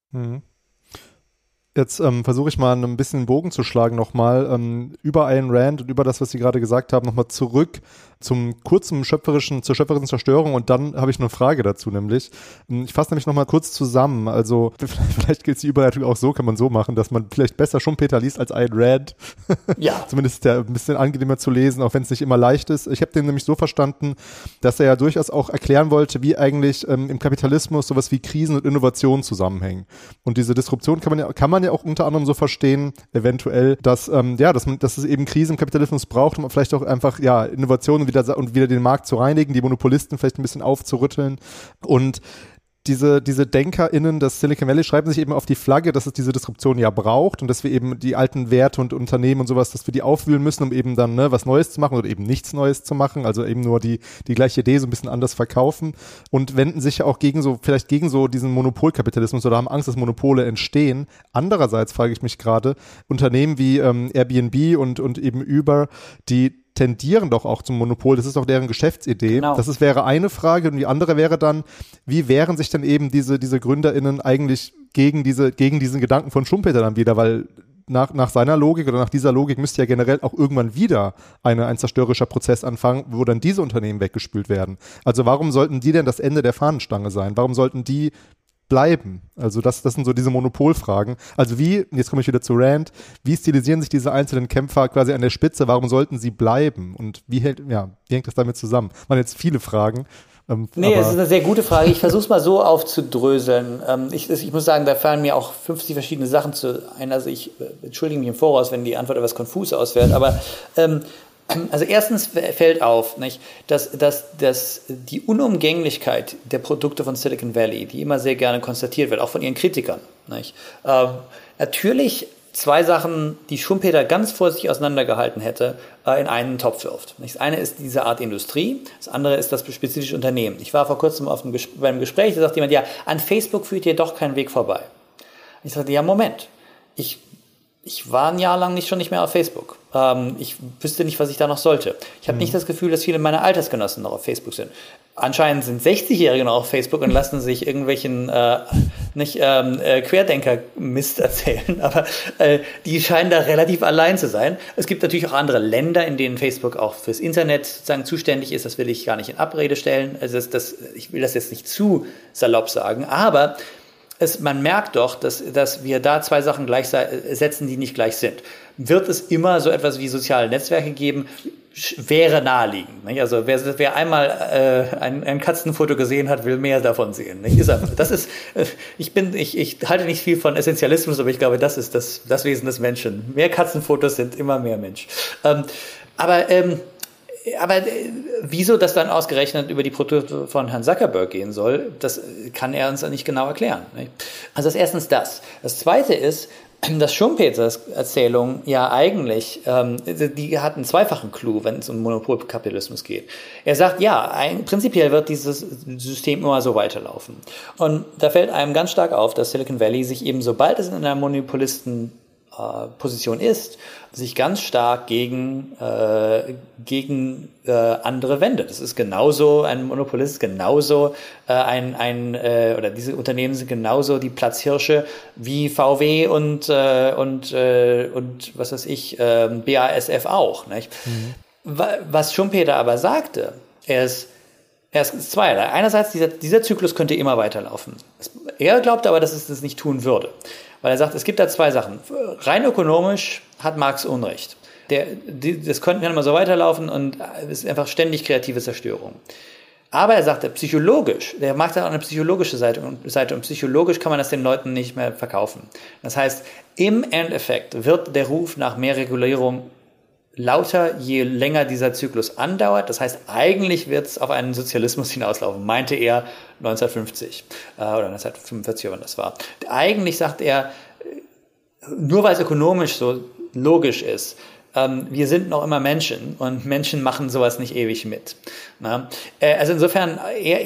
Jetzt versuche ich mal ein bisschen den Bogen zu schlagen nochmal über Ayn Rand und über das, was Sie gerade gesagt haben, nochmal zurück zur schöpferischen Zerstörung und dann habe ich eine Frage dazu, nämlich, ich fasse nämlich nochmal kurz zusammen, also vielleicht gilt die Überleitung auch so, kann man so machen, dass man vielleicht besser Schumpeter liest als Ayn Rand. Ja. Zumindest ist der ein bisschen angenehmer zu lesen, auch wenn es nicht immer leicht ist. Ich habe den nämlich so verstanden, dass er ja durchaus auch erklären wollte, wie eigentlich im Kapitalismus sowas wie Krisen und Innovationen zusammenhängen. Und diese Disruption kann man ja auch unter anderem so verstehen, eventuell, dass es eben Krisen im Kapitalismus braucht, um vielleicht auch einfach Innovationen wieder den Markt zu reinigen, die Monopolisten vielleicht ein bisschen aufzurütteln. Und diese DenkerInnen des Silicon Valley schreiben sich eben auf die Flagge, dass es diese Disruption ja braucht und dass wir eben die alten Werte und Unternehmen und sowas, dass wir die aufwühlen müssen, um eben dann was Neues zu machen oder eben nichts Neues zu machen, also eben nur die gleiche Idee so ein bisschen anders verkaufen und wenden sich ja auch gegen diesen Monopolkapitalismus oder haben Angst, dass Monopole entstehen. Andererseits frage ich mich gerade, Unternehmen wie Airbnb und eben Uber, die tendieren doch auch zum Monopol, das ist doch deren Geschäftsidee. Genau. Wäre eine Frage und die andere wäre dann, wie wehren sich denn eben diese GründerInnen eigentlich gegen diesen Gedanken von Schumpeter dann wieder, weil nach seiner Logik oder nach dieser Logik müsste ja generell auch irgendwann wieder ein zerstörerischer Prozess anfangen, wo dann diese Unternehmen weggespült werden. Also warum sollten die denn das Ende der Fahnenstange sein? Warum sollten die bleiben? Also das sind so diese Monopolfragen. Also jetzt komme ich wieder zu Rand, wie stilisieren sich diese einzelnen Kämpfer quasi an der Spitze? Warum sollten sie bleiben? Und wie hängt das damit zusammen? Das waren jetzt viele Fragen. Es ist eine sehr gute Frage. Ich versuche es mal so aufzudröseln. Ich muss sagen, da fallen mir auch 50 verschiedene Sachen ein. Also ich entschuldige mich im Voraus, wenn die Antwort etwas konfus ausfällt. Aber also erstens fällt auf, nicht, dass die Unumgänglichkeit der Produkte von Silicon Valley, die immer sehr gerne konstatiert wird, auch von ihren Kritikern, nicht, natürlich zwei Sachen, die Schumpeter ganz vorsichtig auseinandergehalten hätte, in einen Topf wirft. Das eine ist diese Art Industrie, das andere ist das spezifische Unternehmen. Ich war vor kurzem bei einem Gespräch, da sagt jemand, ja, an Facebook führt hier doch kein Weg vorbei. Ich sagte, ja, Moment, ich war ein Jahr lang schon nicht mehr auf Facebook. Ich wüsste nicht, was ich da noch sollte. Ich habe nicht das Gefühl, dass viele meiner Altersgenossen noch auf Facebook sind. Anscheinend sind 60-Jährige noch auf Facebook und lassen sich irgendwelchen Querdenker-Mist erzählen, aber die scheinen da relativ allein zu sein. Es gibt natürlich auch andere Länder, in denen Facebook auch fürs Internet sozusagen zuständig ist. Das will ich gar nicht in Abrede stellen. Also ich will das jetzt nicht zu salopp sagen, aber man merkt doch, dass wir da zwei Sachen gleichsetzen, die nicht gleich sind. Wird es immer so etwas wie soziale Netzwerke geben? Wäre naheliegend. Nicht? Also wer einmal ein Katzenfoto gesehen hat, will mehr davon sehen. Nicht? Ich halte nicht viel von Essentialismus, aber ich glaube, das ist das Wesen des Menschen. Mehr Katzenfotos sind immer mehr Mensch. Aber wieso das dann ausgerechnet über die Produkte von Herrn Zuckerberg gehen soll, das kann er uns nicht genau erklären. Nicht? Also das ist erstens das. Das Zweite ist, dass Schumpeters Erzählung ja eigentlich, die hat einen zweifachen Clou, wenn es um Monopolkapitalismus geht. Er sagt, ja, prinzipiell wird dieses System immer so weiterlaufen. Und da fällt einem ganz stark auf, dass Silicon Valley sich eben, sobald es in einer Monopolistenposition ist, sich ganz stark gegen andere wendet. Das ist genauso, ein Monopolist ist genauso oder diese Unternehmen sind genauso die Platzhirsche wie VW und was weiß ich, BASF auch, nicht? Mhm. Was Schumpeter aber sagte, ist zweierlei. Einerseits, dieser Zyklus könnte immer weiterlaufen. Er glaubte aber, dass es das nicht tun würde. Weil er sagt, es gibt da zwei Sachen. Rein ökonomisch hat Marx Unrecht. Das könnte immer so weiterlaufen und es ist einfach ständig kreative Zerstörung. Aber er sagt, psychologisch, der Marx hat auch eine psychologische Seite und psychologisch kann man das den Leuten nicht mehr verkaufen. Das heißt, im Endeffekt wird der Ruf nach mehr Regulierung lauter, je länger dieser Zyklus andauert. Das heißt, eigentlich wird es auf einen Sozialismus hinauslaufen, meinte er 1950 oder 1945, wann das war. Eigentlich sagt er, nur weil es ökonomisch so logisch ist, wir sind noch immer Menschen und Menschen machen sowas nicht ewig mit. Na? Also insofern,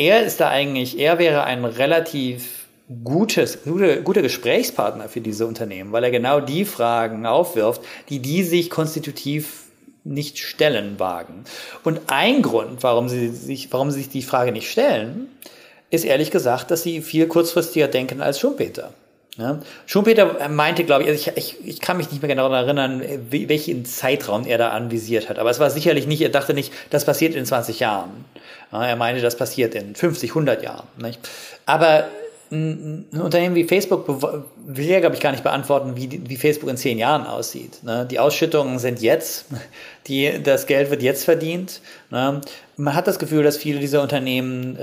er wäre ein relativ guter Gesprächspartner für diese Unternehmen, weil er genau die Fragen aufwirft, die sich konstitutiv nicht stellen wagen. Und ein Grund, warum sie sich die Frage nicht stellen, ist ehrlich gesagt, dass sie viel kurzfristiger denken als Schumpeter. Ja? Schumpeter meinte, glaube ich, ich kann mich nicht mehr genau daran erinnern, welchen Zeitraum er da anvisiert hat, aber es war sicherlich nicht, er dachte nicht, das passiert in 20 Jahren. Ja, er meinte, das passiert in 50, 100 Jahren. Nicht? Aber ein Unternehmen wie Facebook will ja, glaube ich, gar nicht beantworten, wie Facebook in 10 Jahren aussieht. Ne? Die Ausschüttungen sind jetzt, das Geld wird jetzt verdient. Ne? Man hat das Gefühl, dass viele dieser Unternehmen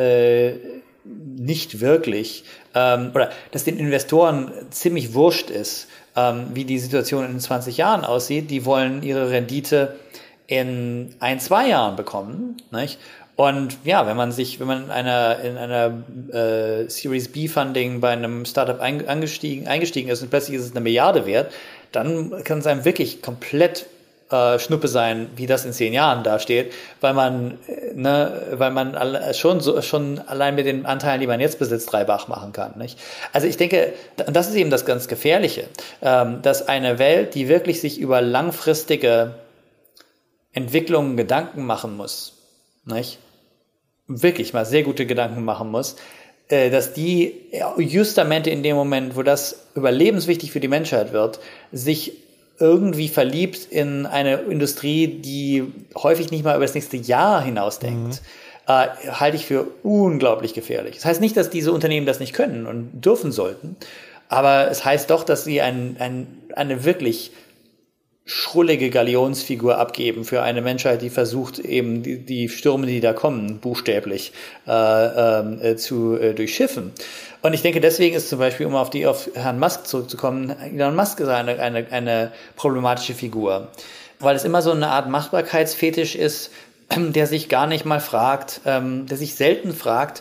nicht wirklich, oder dass den Investoren ziemlich wurscht ist, wie die Situation in 20 Jahren aussieht. Die wollen ihre Rendite in 1-2 Jahren bekommen, nicht? Und ja, wenn man in einer Series B Funding bei einem Startup eingestiegen ist und plötzlich ist es 1 Milliarde wert, dann kann es einem wirklich komplett Schnuppe sein, wie das in 10 Jahren dasteht, weil man schon allein mit den Anteilen, die man jetzt besitzt, 3 Bach machen kann, nicht? Also ich denke, und das ist eben das ganz Gefährliche, dass eine Welt, die wirklich sich über langfristige Entwicklungen Gedanken machen muss, nicht? Wirklich mal sehr gute Gedanken machen muss, dass die justamente in dem Moment, wo das überlebenswichtig für die Menschheit wird, sich irgendwie verliebt in eine Industrie, die häufig nicht mal über das nächste Jahr hinausdenkt, halte ich für unglaublich gefährlich. Das heißt nicht, dass diese Unternehmen das nicht können und dürfen sollten, aber es heißt doch, dass sie eine wirklich schrullige Galionsfigur abgeben für eine Menschheit, die versucht, eben die Stürme, die da kommen, buchstäblich zu durchschiffen. Und ich denke, deswegen ist zum Beispiel, um auf Herrn Musk zurückzukommen, Elon Musk ist eine problematische Figur, weil es immer so eine Art Machbarkeitsfetisch ist, der sich gar nicht mal fragt, der sich selten fragt,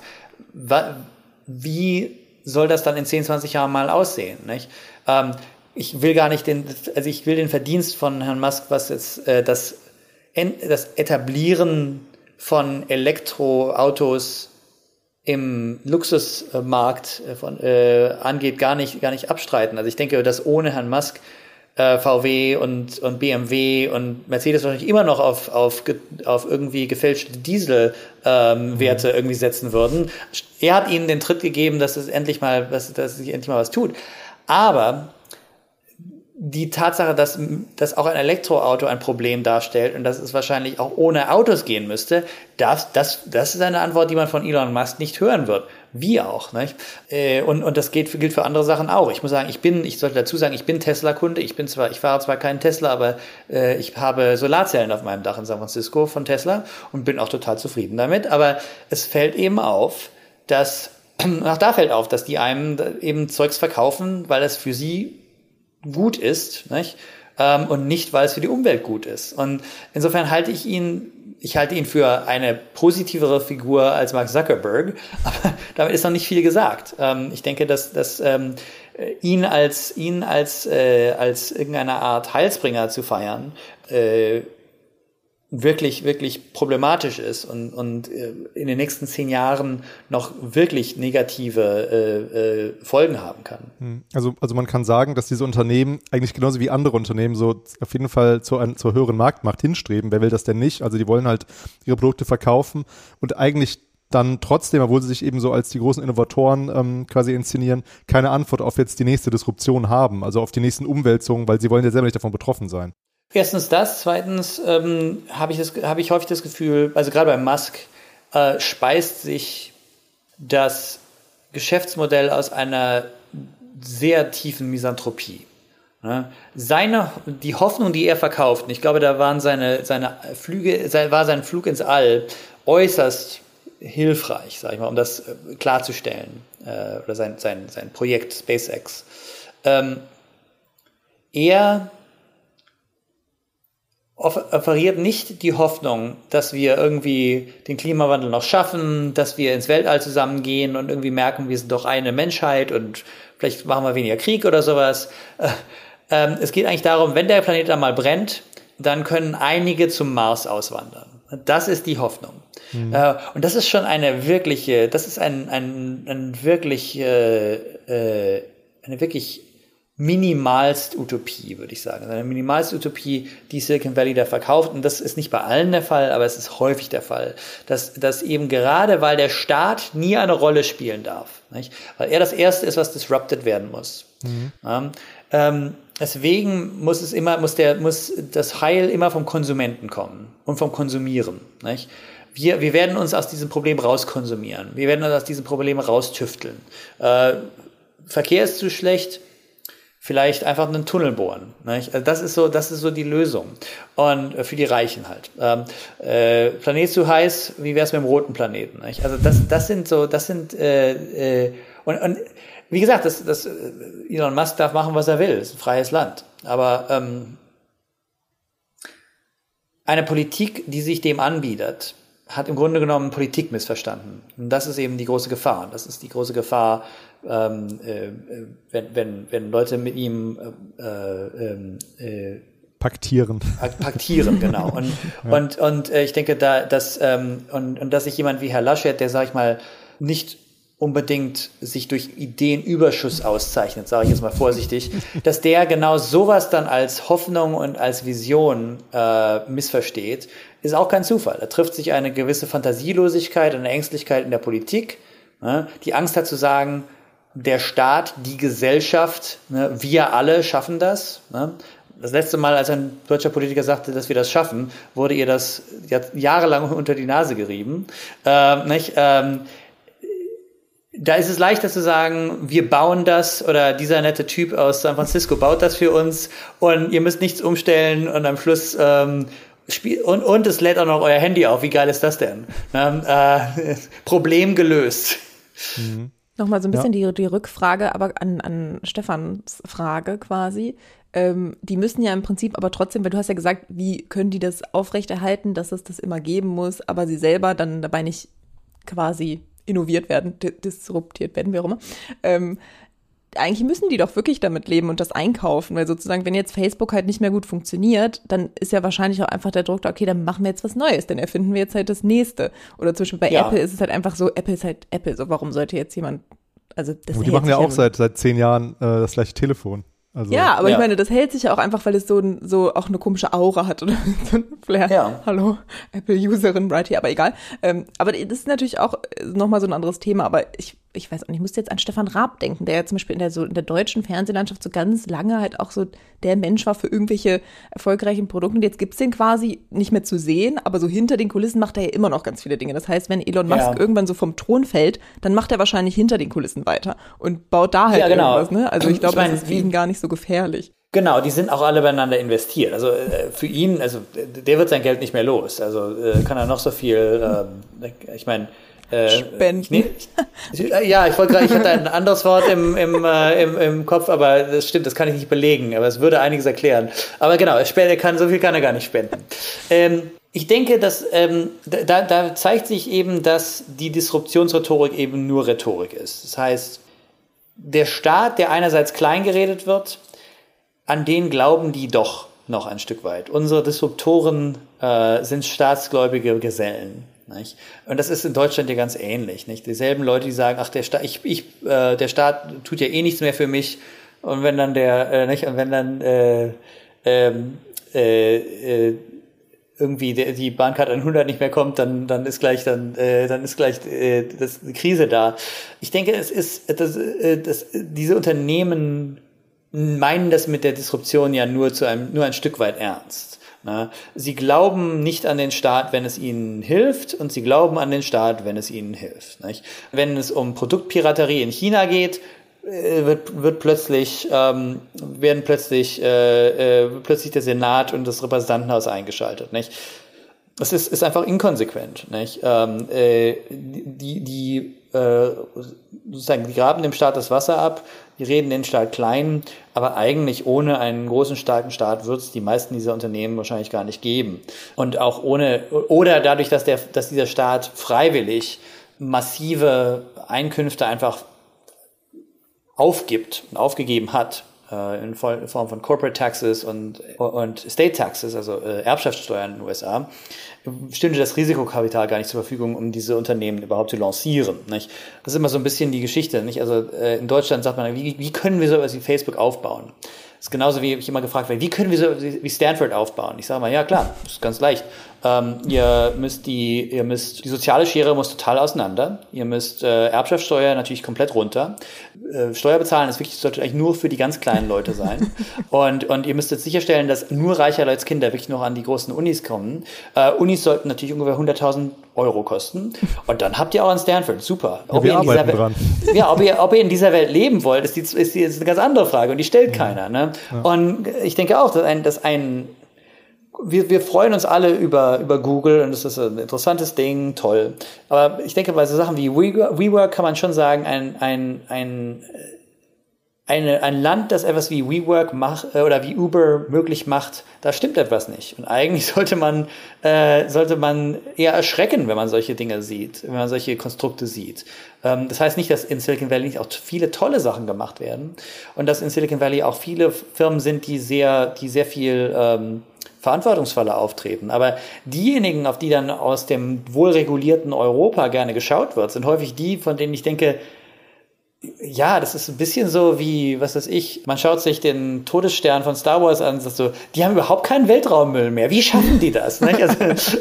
wie soll das dann in 10, 20 Jahren mal aussehen, nicht? Ich will den Verdienst von Herrn Musk, was jetzt das Etablieren von Elektroautos im Luxusmarkt angeht, gar nicht abstreiten. Also ich denke, dass ohne Herrn Musk VW und BMW und Mercedes wahrscheinlich immer noch auf irgendwie gefälschte Dieselwerte irgendwie setzen würden. Er hat ihnen den Tritt gegeben, dass sich endlich mal was tut. Aber die Tatsache, dass auch ein Elektroauto ein Problem darstellt und dass es wahrscheinlich auch ohne Autos gehen müsste, das ist eine Antwort, die man von Elon Musk nicht hören wird. Wie auch, nicht? Und das gilt für andere Sachen auch. Ich muss sagen, ich sollte dazu sagen, ich bin Tesla-Kunde. Ich fahre zwar keinen Tesla, aber ich habe Solarzellen auf meinem Dach in San Francisco von Tesla und bin auch total zufrieden damit. Aber es fällt eben auf, dass die einem eben Zeugs verkaufen, weil es für sie gut ist, nicht? Und nicht, weil es für die Umwelt gut ist. Und insofern halte ich ihn für eine positivere Figur als Mark Zuckerberg, aber damit ist noch nicht viel gesagt. Ich denke, dass ihn als irgendeine Art Heilsbringer zu feiern, wirklich, wirklich problematisch ist und in den nächsten 10 Jahren noch wirklich negative Folgen haben kann. Also man kann sagen, dass diese Unternehmen eigentlich genauso wie andere Unternehmen so auf jeden Fall zur höheren Marktmacht hinstreben. Wer will das denn nicht? Also die wollen halt ihre Produkte verkaufen und eigentlich dann trotzdem, obwohl sie sich eben so als die großen Innovatoren quasi inszenieren, keine Antwort auf jetzt die nächste Disruption haben, also auf die nächsten Umwälzungen, weil sie wollen ja selber nicht davon betroffen sein. Erstens das, zweitens habe ich häufig das Gefühl, also gerade bei Musk speist sich das Geschäftsmodell aus einer sehr tiefen Misanthropie. Ne? Die Hoffnung, die er verkauft, und ich glaube, da waren sein Flug ins All äußerst hilfreich, sag ich mal, um das klarzustellen, oder sein Projekt SpaceX. Er offeriert nicht die Hoffnung, dass wir irgendwie den Klimawandel noch schaffen, dass wir ins Weltall zusammengehen und irgendwie merken, wir sind doch eine Menschheit und vielleicht machen wir weniger Krieg oder sowas. Es geht eigentlich darum, wenn der Planet einmal brennt, dann können einige zum Mars auswandern. Das ist die Hoffnung. Und das ist schon eine wirklich minimalst Utopie, würde ich sagen. Eine minimalst Utopie, die Silicon Valley da verkauft. Und das ist nicht bei allen der Fall, aber es ist häufig der Fall. Dass eben gerade, weil der Staat nie eine Rolle spielen darf, nicht? Weil er das Erste ist, was disrupted werden muss. Deswegen muss das Heil immer vom Konsumenten kommen und vom Konsumieren, nicht? Wir werden uns aus diesem Problem rauskonsumieren. Wir werden uns aus diesem Problem raustüfteln. Verkehr ist zu schlecht. Vielleicht einfach einen Tunnel bohren. Nicht? Also das ist so die Lösung. Und für die Reichen halt. Planet zu heiß, wie wär's mit dem roten Planeten? Nicht? Also und wie gesagt, Elon Musk darf machen, was er will. Es ist ein freies Land. Aber eine Politik, die sich dem anbietet, hat im Grunde genommen Politik missverstanden. Und das ist eben die große Gefahr. Das ist die große Gefahr, wenn Leute mit ihm paktieren, genau. Und ich denke, dass sich jemand wie Herr Laschet, der, sag ich mal, nicht unbedingt sich durch Ideenüberschuss auszeichnet, sage ich jetzt mal vorsichtig, dass der genau sowas dann als Hoffnung und als Vision missversteht, ist auch kein Zufall. Da trifft sich eine gewisse Fantasielosigkeit und eine Ängstlichkeit in der Politik, die Angst hat zu sagen, der Staat, die Gesellschaft, wir alle schaffen das. Das letzte Mal, als ein deutscher Politiker sagte, dass wir das schaffen, wurde ihr das jahrelang unter die Nase gerieben. Da ist es leichter zu sagen, wir bauen das, oder dieser nette Typ aus San Francisco baut das für uns und ihr müsst nichts umstellen und am Schluss und es lädt auch noch euer Handy auf. Wie geil ist das denn? Problem gelöst. Mhm. Nochmal so ein bisschen die Rückfrage, aber an Stefans Frage quasi. Die müssen ja im Prinzip aber trotzdem, weil du hast ja gesagt, wie können die das aufrechterhalten, dass es das immer geben muss, aber sie selber dann dabei nicht quasi innoviert werden, disruptiert werden, wie auch immer. Eigentlich müssen die doch wirklich damit leben und das einkaufen, weil sozusagen, wenn jetzt Facebook halt nicht mehr gut funktioniert, dann ist ja wahrscheinlich auch einfach der Druck da, okay, dann machen wir jetzt was Neues, dann erfinden wir jetzt halt das Nächste. Oder zum Beispiel bei Apple ist es halt einfach so, Apple ist halt Apple, so warum sollte jetzt jemand, also das die machen ja auch seit 10 Jahren das gleiche Telefon. Also, ja, aber ich meine, das hält sich ja auch einfach, weil es so auch eine komische Aura hat oder so ein Flair. Ja. Hallo, Apple-Userin right here, aber egal. Aber das ist natürlich auch nochmal so ein anderes Thema, aber ich weiß auch nicht, ich musste jetzt an Stefan Raab denken, der ja zum Beispiel in der deutschen Fernsehlandschaft so ganz lange halt auch so der Mensch war für irgendwelche erfolgreichen Produkte. Und jetzt gibt's den quasi nicht mehr zu sehen, aber so hinter den Kulissen macht er ja immer noch ganz viele Dinge. Das heißt, wenn Elon Musk irgendwann so vom Thron fällt, dann macht er wahrscheinlich hinter den Kulissen weiter und baut da halt irgendwas. Ne? Also ich glaube, das ist für ihn gar nicht so gefährlich. Genau, die sind auch alle beieinander investiert. Also für ihn, also der wird sein Geld nicht mehr los. Also kann er noch so viel, ich meine, Spenden. Ich hatte ein anderes Wort im Kopf, aber das stimmt, das kann ich nicht belegen, aber es würde einiges erklären. Aber genau, so viel kann er gar nicht spenden. Ich denke, dass da zeigt sich eben, dass die Disruptionsrhetorik eben nur Rhetorik ist. Das heißt, der Staat, der einerseits klein geredet wird, an den glauben die doch noch ein Stück weit. Unsere Disruptoren sind staatsgläubige Gesellen. Nicht? Und das ist in Deutschland ja ganz ähnlich. Nicht? Dieselben Leute, die sagen, ach, der Staat tut ja eh nichts mehr für mich. Und wenn dann irgendwie die Bahncard 100 nicht mehr kommt, dann ist gleich die Krise da. Ich denke, es ist, dass diese Unternehmen meinen das mit der Disruption ja nur ein Stück weit ernst. Sie glauben nicht an den Staat, wenn es ihnen hilft, und sie glauben an den Staat, wenn es ihnen hilft. Nicht? Wenn es um Produktpiraterie in China geht, wird plötzlich der Senat und das Repräsentantenhaus eingeschaltet. Nicht? Das ist einfach inkonsequent. Nicht? Sozusagen, die graben dem Staat das Wasser ab, die reden den Staat klein, aber eigentlich ohne einen großen, starken Staat wird es die meisten dieser Unternehmen wahrscheinlich gar nicht geben. Und auch oder dadurch, dass dieser Staat freiwillig massive Einkünfte einfach aufgegeben hat, in Form von Corporate Taxes und State Taxes, also Erbschaftssteuern in den USA, stünde das Risikokapital gar nicht zur Verfügung, um diese Unternehmen überhaupt zu lancieren. Nicht? Das ist immer so ein bisschen die Geschichte. Nicht? Also in Deutschland sagt man, wie können wir so etwas wie Facebook aufbauen? Das ist genauso, wie ich immer gefragt werde, wie können wir so wie Stanford aufbauen? Ich sage mal, ja klar, das ist ganz leicht. Die soziale Schere muss total auseinander. Ihr müsst Erbschaftssteuer natürlich komplett runter. Steuer bezahlen ist wichtig, sollte eigentlich nur für die ganz kleinen Leute sein. Und ihr müsst jetzt sicherstellen, dass nur reicher Leute Kinder wirklich noch an die großen Unis kommen. Unis sollten natürlich ungefähr 100.000 € kosten. Und dann habt ihr auch an Stanford. Super. Ja, wir arbeiten dran. Ja, ob ihr in dieser Welt leben wollt, ist eine ganz andere Frage. Und die stellt keiner. Ne? Ja. Und ich denke auch, wir freuen uns alle über Google und das ist ein interessantes Ding, toll. Aber ich denke, bei so Sachen wie WeWork kann man schon sagen, ein Land, das etwas wie WeWork macht oder wie Uber möglich macht, da stimmt etwas nicht. Und eigentlich sollte man eher erschrecken, wenn man solche Dinge sieht, wenn man solche Konstrukte sieht. Das heißt nicht, dass in Silicon Valley nicht auch viele tolle Sachen gemacht werden und dass in Silicon Valley auch viele Firmen sind, die sehr viel verantwortungsvoller auftreten. Aber diejenigen, auf die dann aus dem wohlregulierten Europa gerne geschaut wird, sind häufig die, von denen ich denke, ja, das ist ein bisschen so wie, was weiß ich, man schaut sich den Todesstern von Star Wars an und sagt so, die haben überhaupt keinen Weltraummüll mehr. Wie schaffen die das? Nicht? Also,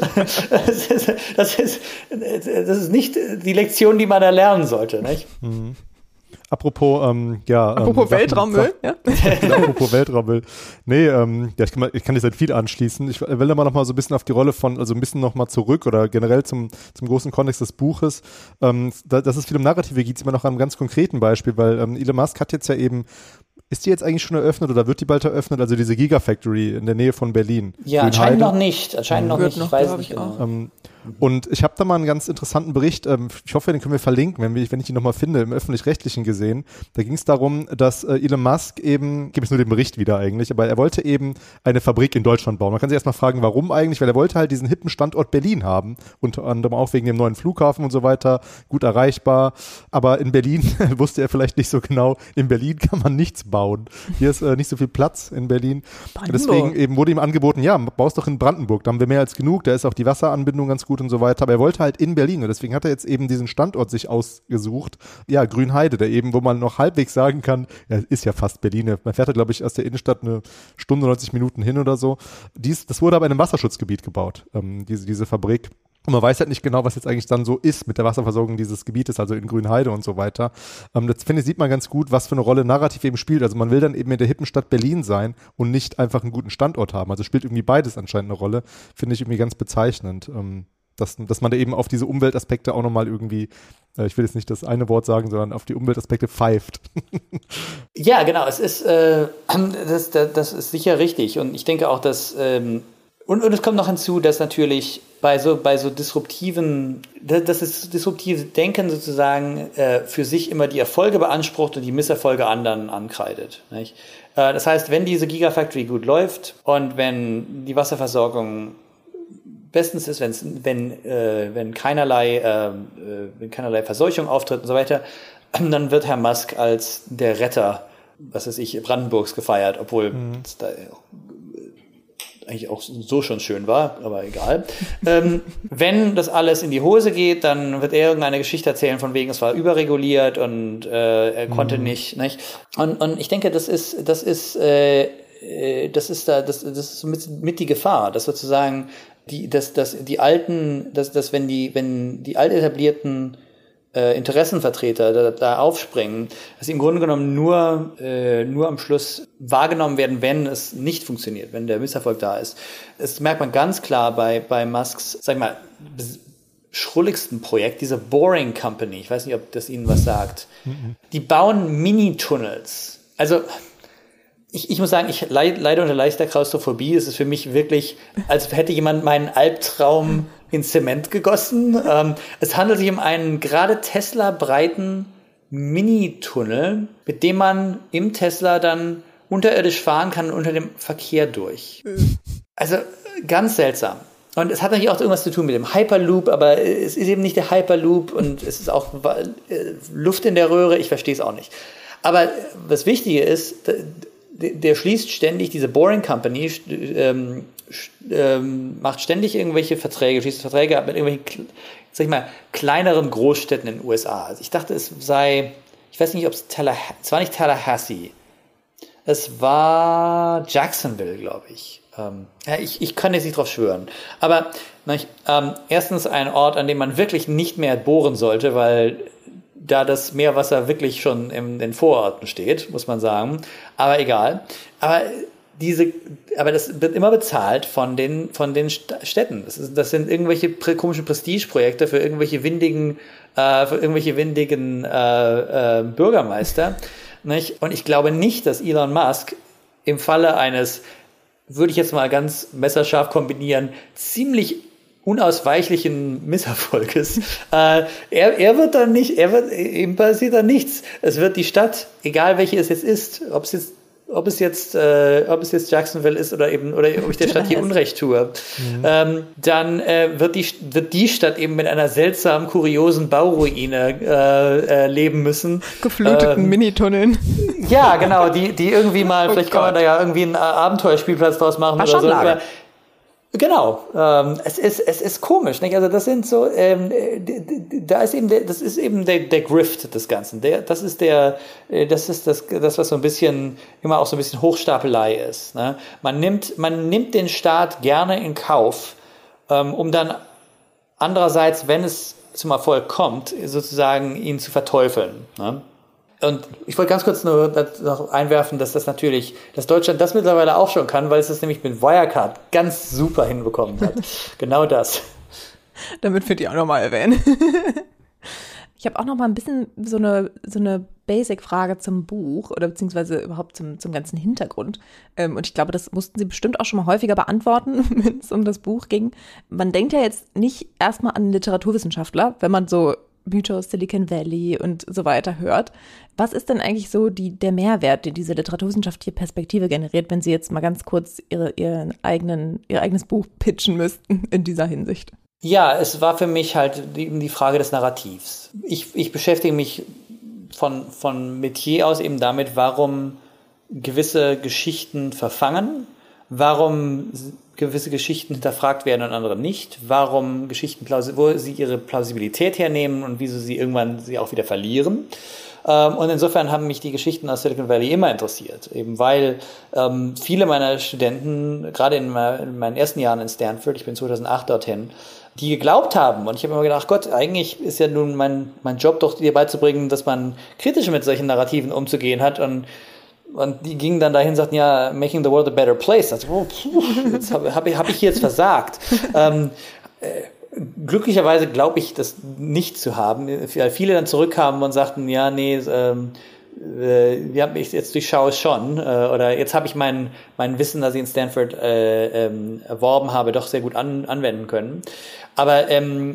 das ist nicht die Lektion, die man da lernen sollte. Nicht? Mhm. Apropos Weltraummüll, ja? Apropos Weltraummüll. Nee, ich kann dich seit viel anschließen. Ich will da mal noch mal so ein bisschen auf die Rolle also ein bisschen noch mal zurück oder generell zum großen Kontext des Buches. Dass es viel um Narrative geht, sieht man noch an einem ganz konkreten Beispiel, weil Elon Musk hat jetzt ja eben, ist die jetzt eigentlich schon eröffnet oder wird die bald eröffnet? Also diese Gigafactory in der Nähe von Berlin. Ja, anscheinend noch nicht. Ich weiß nicht genau. Und ich habe da mal einen ganz interessanten Bericht, ich hoffe, den können wir verlinken, wenn ich ihn nochmal finde, im Öffentlich-Rechtlichen gesehen. Da ging es darum, dass Elon Musk eben, gebe ich nur den Bericht wieder eigentlich, aber er wollte eben eine Fabrik in Deutschland bauen. Man kann sich erstmal fragen, warum eigentlich, weil er wollte halt diesen hippen Standort Berlin haben, unter anderem auch wegen dem neuen Flughafen und so weiter, gut erreichbar. Aber in Berlin wusste er vielleicht nicht so genau, in Berlin kann man nichts bauen. Hier ist nicht so viel Platz in Berlin. Deswegen eben wurde ihm angeboten, ja, baust doch in Brandenburg, da haben wir mehr als genug, da ist auch die Wasseranbindung ganz gut und so weiter, aber er wollte halt in Berlin und deswegen hat er jetzt eben diesen Standort sich ausgesucht, ja, Grünheide, der eben, wo man noch halbwegs sagen kann, ja, ist ja fast Berlin, man fährt da, glaube ich, aus der Innenstadt eine Stunde, 90 Minuten hin oder so. Das wurde aber in einem Wasserschutzgebiet gebaut, diese Fabrik. Und man weiß halt nicht genau, was jetzt eigentlich dann so ist mit der Wasserversorgung dieses Gebietes, also in Grünheide und so weiter. Das finde ich, sieht man ganz gut, was für eine Rolle Narrativ eben spielt. Also man will dann eben in der hippen Stadt Berlin sein und nicht einfach einen guten Standort haben. Also spielt irgendwie beides anscheinend eine Rolle. Finde ich irgendwie ganz bezeichnend. Dass man da eben auf diese Umweltaspekte auch nochmal irgendwie, ich will jetzt nicht das eine Wort sagen, sondern auf die Umweltaspekte pfeift. Ja, genau, es ist, das ist sicher richtig und ich denke auch, dass, und es kommt noch hinzu, dass natürlich bei so disruptiven, dass das disruptive Denken sozusagen für sich immer die Erfolge beansprucht und die Misserfolge anderen ankreidet. Nicht? Das heißt, wenn diese Gigafactory gut läuft und wenn die Wasserversorgung bestens ist, wenn keinerlei Verseuchung auftritt und so weiter, dann wird Herr Musk als der Retter, was weiß ich, Brandenburgs gefeiert, obwohl es da eigentlich auch so schon schön war, aber egal. Wenn das alles in die Hose geht, dann wird er irgendeine Geschichte erzählen von wegen, es war überreguliert und er konnte nicht. Und ich denke, das ist mit die Gefahr, dass sozusagen wenn die alt etablierten Interessenvertreter da aufspringen, dass sie im Grunde genommen nur am Schluss wahrgenommen werden, wenn es nicht funktioniert, wenn der Misserfolg da ist. Das merkt man ganz klar bei Musks, sag ich mal, schrulligsten Projekt, diese Boring Company. Ich weiß nicht, ob das Ihnen was sagt. Die bauen Mini-Tunnels. Also ich muss sagen, ich leide unter leichter Klaustrophobie. Es ist für mich wirklich, als hätte jemand meinen Albtraum in Zement gegossen. Es handelt sich um einen gerade Tesla-breiten Mini-Tunnel, mit dem man im Tesla dann unterirdisch fahren kann unter dem Verkehr durch. Also ganz seltsam. Und es hat natürlich auch irgendwas zu tun mit dem Hyperloop, aber es ist eben nicht der Hyperloop und es ist auch Luft in der Röhre. Ich verstehe es auch nicht. Aber das Wichtige ist, der schließt ständig, diese Boring Company macht ständig irgendwelche Verträge, schließt Verträge ab mit irgendwelchen, sag ich mal, kleineren Großstädten in den USA. Also ich dachte, es sei, ich weiß nicht, ob es war nicht Tallahassee, es war Jacksonville, glaube ich. Ich kann jetzt nicht drauf schwören. Aber erstens ein Ort, an dem man wirklich nicht mehr bohren sollte, weil da das Meerwasser wirklich schon in den Vororten steht, muss man sagen. Aber egal. Aber das wird immer bezahlt von den Städten. Das sind irgendwelche komischen Prestigeprojekte für irgendwelche windigen Bürgermeister. Nicht? Und ich glaube nicht, dass Elon Musk im Falle eines, würde ich jetzt mal ganz messerscharf kombinieren, ziemlich unausweichlichen Misserfolges. Er wird ihm passiert dann nichts. Es wird die Stadt, egal welche es jetzt ist, ob es jetzt Jacksonville ist oder ob ich der Stadt hier Unrecht tue, dann wird die Stadt eben mit einer seltsamen, kuriosen Bauruine leben müssen. Gefluteten Minitunneln. Ja, genau, die irgendwie mal, vielleicht kann man da ja irgendwie einen Abenteuerspielplatz draus machen oder so. Aber, genau, es ist komisch, nicht? Also das sind so, das ist eben der Grift des Ganzen. Das ist das, was so ein bisschen immer auch so ein bisschen Hochstapelei ist. Ne? Man nimmt den Staat gerne in Kauf, um dann andererseits, wenn es zum Erfolg kommt, sozusagen ihn zu verteufeln. Ne? Und ich wollte ganz kurz nur noch einwerfen, dass Deutschland das mittlerweile auch schon kann, weil es das nämlich mit Wirecard ganz super hinbekommen hat. Genau das. Damit würde ich auch nochmal erwähnen. Ich habe auch noch mal ein bisschen so eine Basic-Frage zum Buch oder beziehungsweise überhaupt zum ganzen Hintergrund. Und ich glaube, das mussten Sie bestimmt auch schon mal häufiger beantworten, wenn es um das Buch ging. Man denkt ja jetzt nicht erstmal an Literaturwissenschaftler, wenn man so Mythos, Silicon Valley und so weiter hört. Was ist denn eigentlich so der Mehrwert, den diese literaturwissenschaftliche Perspektive generiert, wenn Sie jetzt mal ganz kurz Ihr eigenes Buch pitchen müssten in dieser Hinsicht? Ja, es war für mich halt die Frage des Narrativs. Ich beschäftige mich von Metier aus eben damit, warum gewisse Geschichten verfangen, warum gewisse Geschichten hinterfragt werden und andere nicht, warum Geschichten, wo sie ihre Plausibilität hernehmen und wieso sie irgendwann sie auch wieder verlieren. Und insofern haben mich die Geschichten aus Silicon Valley immer interessiert, eben weil viele meiner Studenten, gerade in meinen ersten Jahren in Stanford, ich bin 2008 dorthin, die geglaubt haben. Und ich habe immer gedacht, Gott, eigentlich ist ja nun mein Job doch dir beizubringen, dass man kritisch mit solchen Narrativen umzugehen hat. Und die gingen dann dahin und sagten, ja, making the world a better place. Also, jetzt hab ich jetzt versagt. Glücklicherweise glaube ich, das nicht zu haben. Weil viele dann zurückkamen und sagten, ja, nee, jetzt durchschaue es schon. Oder jetzt habe ich mein Wissen, das ich in Stanford erworben habe, doch sehr gut anwenden können. Aber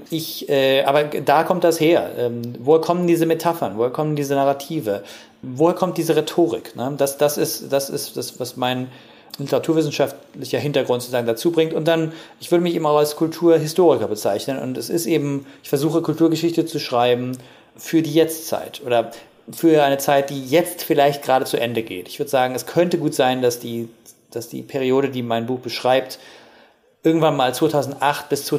da kommt das her. Woher kommen diese Metaphern? Woher kommen diese Narrative? Woher kommt diese Rhetorik? Ne? Das ist das, was mein literaturwissenschaftlicher Hintergrund sozusagen dazu bringt. Und dann, ich würde mich immer auch als Kulturhistoriker bezeichnen. Und es ist eben, ich versuche Kulturgeschichte zu schreiben für die Jetztzeit oder für eine Zeit, die jetzt vielleicht gerade zu Ende geht. Ich würde sagen, es könnte gut sein, dass die Periode, die mein Buch beschreibt, irgendwann mal 2008 bis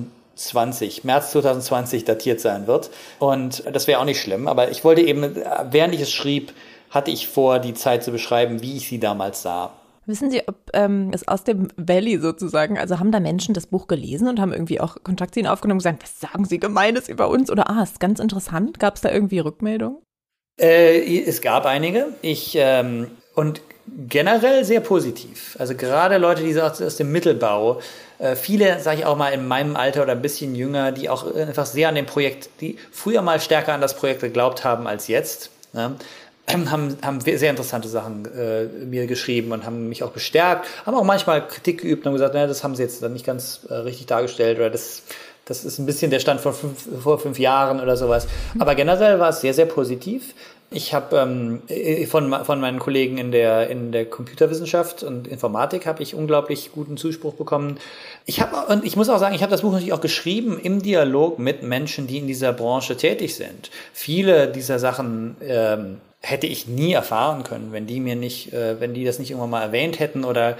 2020, März 2020 datiert sein wird. Und das wäre auch nicht schlimm. Aber ich wollte eben, während ich es schrieb, hatte ich vor, die Zeit zu beschreiben, wie ich sie damals sah. Wissen Sie, ob es aus dem Valley sozusagen, also haben da Menschen das Buch gelesen und haben irgendwie auch Kontakt zu Ihnen aufgenommen und gesagt, was sagen Sie Gemeines über uns? Oder ist ganz interessant. Gab es da irgendwie Rückmeldungen? Es gab einige. Und generell sehr positiv. Also gerade Leute, die aus dem Mittelbau, viele, sage ich auch mal, in meinem Alter oder ein bisschen jünger, die auch einfach sehr an dem Projekt, die früher mal stärker an das Projekt geglaubt haben als jetzt, ne? Haben sehr interessante Sachen mir geschrieben und haben mich auch bestärkt, haben auch manchmal Kritik geübt und gesagt, das haben sie jetzt dann nicht ganz richtig dargestellt oder das ist ein bisschen der Stand vor 5 Jahren oder sowas. Aber generell war es sehr, sehr positiv. Ich habe von meinen Kollegen in der Computerwissenschaft und Informatik habe ich unglaublich guten Zuspruch bekommen. Ich muss auch sagen, ich habe das Buch natürlich auch geschrieben im Dialog mit Menschen, die in dieser Branche tätig sind. Viele dieser Sachen hätte ich nie erfahren können, wenn die das nicht irgendwann mal erwähnt hätten oder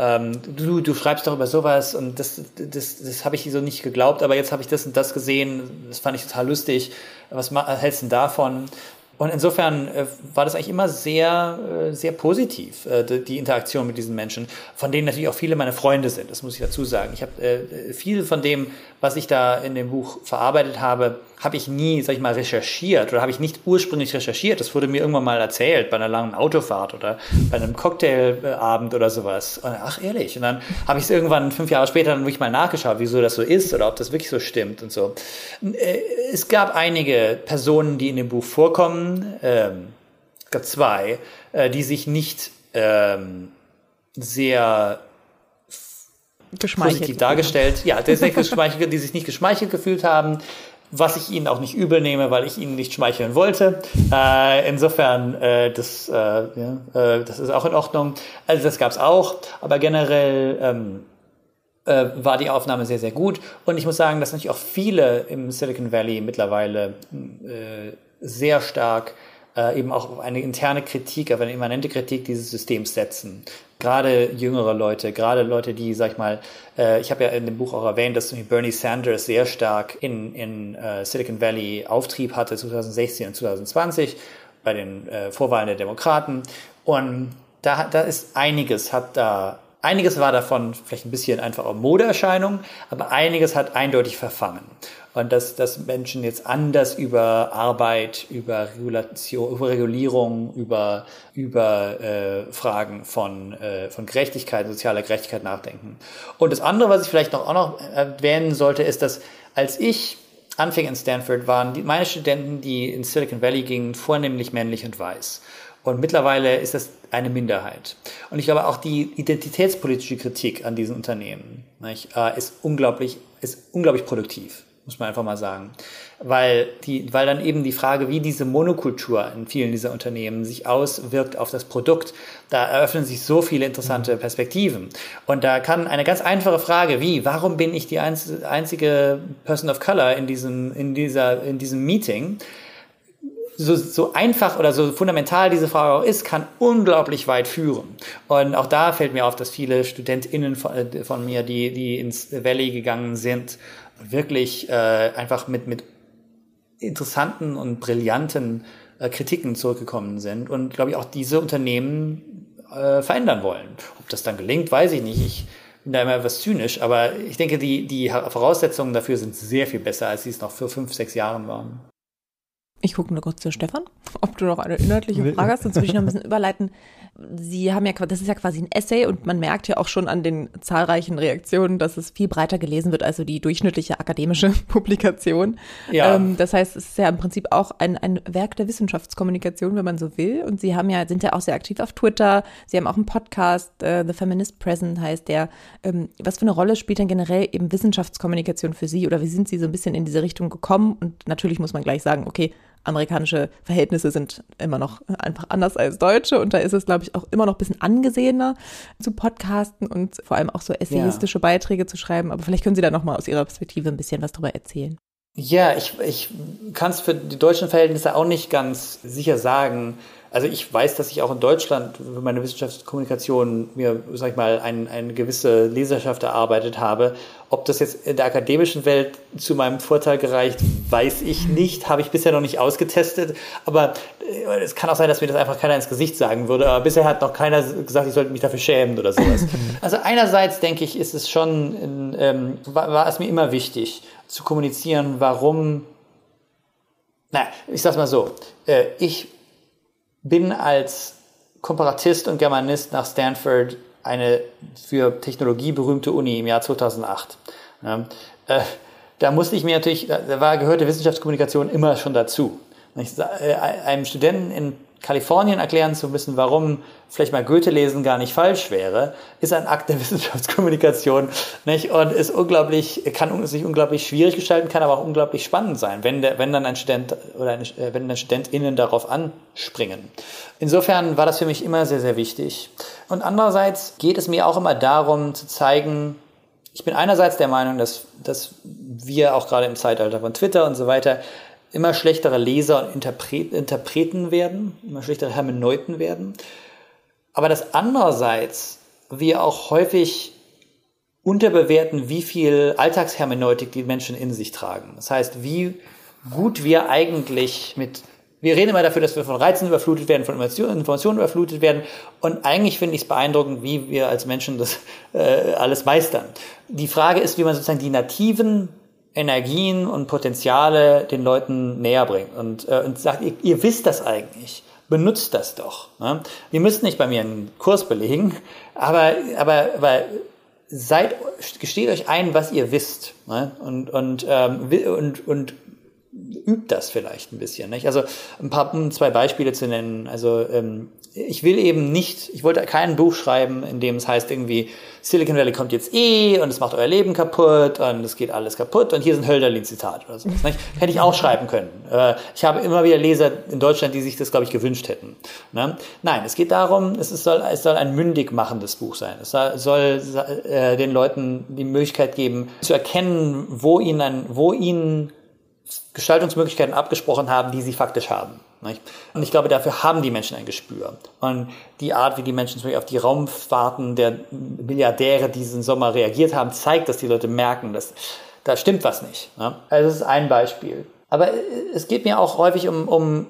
du schreibst doch über sowas und das habe ich so nicht geglaubt, aber jetzt habe ich das und das gesehen, das fand ich total lustig. Was hältst du denn davon? Und insofern war das eigentlich immer sehr, sehr positiv, die Interaktion mit diesen Menschen, von denen natürlich auch viele meine Freunde sind, das muss ich dazu sagen. Ich habe viel von dem, was ich da in dem Buch verarbeitet habe, habe ich nie, sag ich mal, recherchiert oder habe ich nicht ursprünglich recherchiert. Das wurde mir irgendwann mal erzählt bei einer langen Autofahrt oder bei einem Cocktailabend oder sowas. Und, ach, ehrlich. Und dann habe ich es irgendwann 5 Jahre später dann wirklich mal nachgeschaut, wieso das so ist oder ob das wirklich so stimmt und so. Es gab einige Personen, die in dem Buch vorkommen, es gab 2, die sich nicht sehr positiv dargestellt. Ja, die sich nicht geschmeichelt gefühlt haben, was ich ihnen auch nicht übel nehme, weil ich ihnen nicht schmeicheln wollte. Insofern, das ist auch in Ordnung. Also das gab's auch, aber generell war die Aufnahme sehr, sehr gut. Und ich muss sagen, dass natürlich auch viele im Silicon Valley mittlerweile sehr stark eben auch auf eine interne Kritik, auf eine immanente Kritik dieses Systems setzen. Gerade jüngere Leute, gerade Leute, die, sag ich mal, ich habe ja in dem Buch auch erwähnt, dass Bernie Sanders sehr stark in Silicon Valley Auftrieb hatte 2016 und 2020 bei den Vorwahlen der Demokraten. Und da ist einiges war davon vielleicht ein bisschen einfach eine Modeerscheinung, aber einiges hat eindeutig verfangen. Und dass Menschen jetzt anders über Arbeit, über Regulierung, über Fragen von Gerechtigkeit, sozialer Gerechtigkeit nachdenken. Und das andere, was ich vielleicht auch noch erwähnen sollte, ist, dass als ich anfing in Stanford, waren meine Studenten, die in Silicon Valley gingen, vornehmlich männlich und weiß. Und mittlerweile ist das eine Minderheit. Und ich glaube, auch die identitätspolitische Kritik an diesen Unternehmen ist unglaublich produktiv, muss man einfach mal sagen. Weil dann eben die Frage, wie diese Monokultur in vielen dieser Unternehmen sich auswirkt auf das Produkt, da eröffnen sich so viele interessante Perspektiven. Und da kann eine ganz einfache Frage warum bin ich die einzige Person of Color in diesem Meeting? So einfach oder so fundamental diese Frage auch ist, kann unglaublich weit führen. Und auch da fällt mir auf, dass viele StudentInnen von mir, die ins Valley gegangen sind, wirklich einfach mit interessanten und brillanten Kritiken zurückgekommen sind und, glaube ich, auch diese Unternehmen verändern wollen. Ob das dann gelingt, weiß ich nicht. Ich bin da immer etwas zynisch, aber ich denke, die Voraussetzungen dafür sind sehr viel besser, als sie es noch vor 5-6 Jahren waren. Ich gucke nur kurz zu Stefan, ob du noch eine inhaltliche Frage hast, sonst würde ich noch ein bisschen überleiten. Sie haben das ist ja quasi ein Essay und man merkt ja auch schon an den zahlreichen Reaktionen, dass es viel breiter gelesen wird als so die durchschnittliche akademische Publikation. Ja. Das heißt, es ist ja im Prinzip auch ein Werk der Wissenschaftskommunikation, wenn man so will. Und Sie sind ja auch sehr aktiv auf Twitter. Sie haben auch einen Podcast, The Feminist Present heißt der. Was für eine Rolle spielt denn generell eben Wissenschaftskommunikation für Sie? Oder wie sind Sie so ein bisschen in diese Richtung gekommen? Und natürlich muss man gleich sagen, okay, amerikanische Verhältnisse sind immer noch einfach anders als deutsche und da ist es, glaube ich, auch immer noch ein bisschen angesehener zu podcasten und vor allem auch so essayistische Beiträge zu schreiben. Aber vielleicht können Sie da nochmal aus Ihrer Perspektive ein bisschen was drüber erzählen. Ja, ich kann es für die deutschen Verhältnisse auch nicht ganz sicher sagen. Also ich weiß, dass ich auch in Deutschland für meine Wissenschaftskommunikation mir, sag ich mal, eine gewisse Leserschaft erarbeitet habe. Ob das jetzt in der akademischen Welt zu meinem Vorteil gereicht, weiß ich nicht, habe ich bisher noch nicht ausgetestet. Aber es kann auch sein, dass mir das einfach keiner ins Gesicht sagen würde. Aber bisher hat noch keiner gesagt, ich sollte mich dafür schämen oder sowas. Also einerseits denke ich, ist es schon, war es mir immer wichtig zu kommunizieren, warum, ich sag's mal so, ich bin als Komparatist und Germanist nach Stanford eine für Technologie berühmte Uni im Jahr 2008. Ja, da musste ich mir natürlich, gehörte Wissenschaftskommunikation immer schon dazu. Einem Studenten in Kalifornien erklären zu müssen, warum vielleicht mal Goethe lesen gar nicht falsch wäre, ist ein Akt der Wissenschaftskommunikation, nicht? Und kann sich unglaublich schwierig gestalten, kann aber auch unglaublich spannend sein, wenn dann ein Student oder wenn dann StudentInnen darauf anspringen. Insofern war das für mich immer sehr, sehr wichtig. Und andererseits geht es mir auch immer darum zu zeigen, ich bin einerseits der Meinung, dass wir auch gerade im Zeitalter von Twitter und so weiter immer schlechtere Leser und Interpreten werden, immer schlechtere Hermeneuten werden. Aber dass andererseits wir auch häufig unterbewerten, wie viel Alltagshermeneutik die Menschen in sich tragen. Das heißt, wie gut wir eigentlich wir reden immer dafür, dass wir von Reizen überflutet werden, von Informationen überflutet werden. Und eigentlich finde ich es beeindruckend, wie wir als Menschen das alles meistern. Die Frage ist, wie man sozusagen die nativen Energien und Potenziale den Leuten näher bringt und sagt, ihr wisst das eigentlich, benutzt das doch. Ne? Ihr müsst nicht bei mir einen Kurs belegen, aber gesteht euch ein, was ihr wisst, ne? und übt das vielleicht ein bisschen, nicht? Also um 2 Beispiele zu nennen. Also ich wollte kein Buch schreiben, in dem es heißt irgendwie, Silicon Valley kommt jetzt und es macht euer Leben kaputt und es geht alles kaputt und hier sind Hölderlin-Zitate oder sowas. Nicht? Hätte ich auch schreiben können. Ich habe immer wieder Leser in Deutschland, die sich das, glaube ich, gewünscht hätten. Ne? Nein, es geht darum, es soll ein mündig machendes Buch sein. Es soll den Leuten die Möglichkeit geben, zu erkennen, wo ihnen Gestaltungsmöglichkeiten abgesprochen haben, die sie faktisch haben. Nicht? Und ich glaube, dafür haben die Menschen ein Gespür. Und die Art, wie die Menschen zum Beispiel auf die Raumfahrten der Milliardäre diesen Sommer reagiert haben, zeigt, dass die Leute merken, dass da stimmt was nicht. Ne? Also das ist ein Beispiel. Aber es geht mir auch häufig um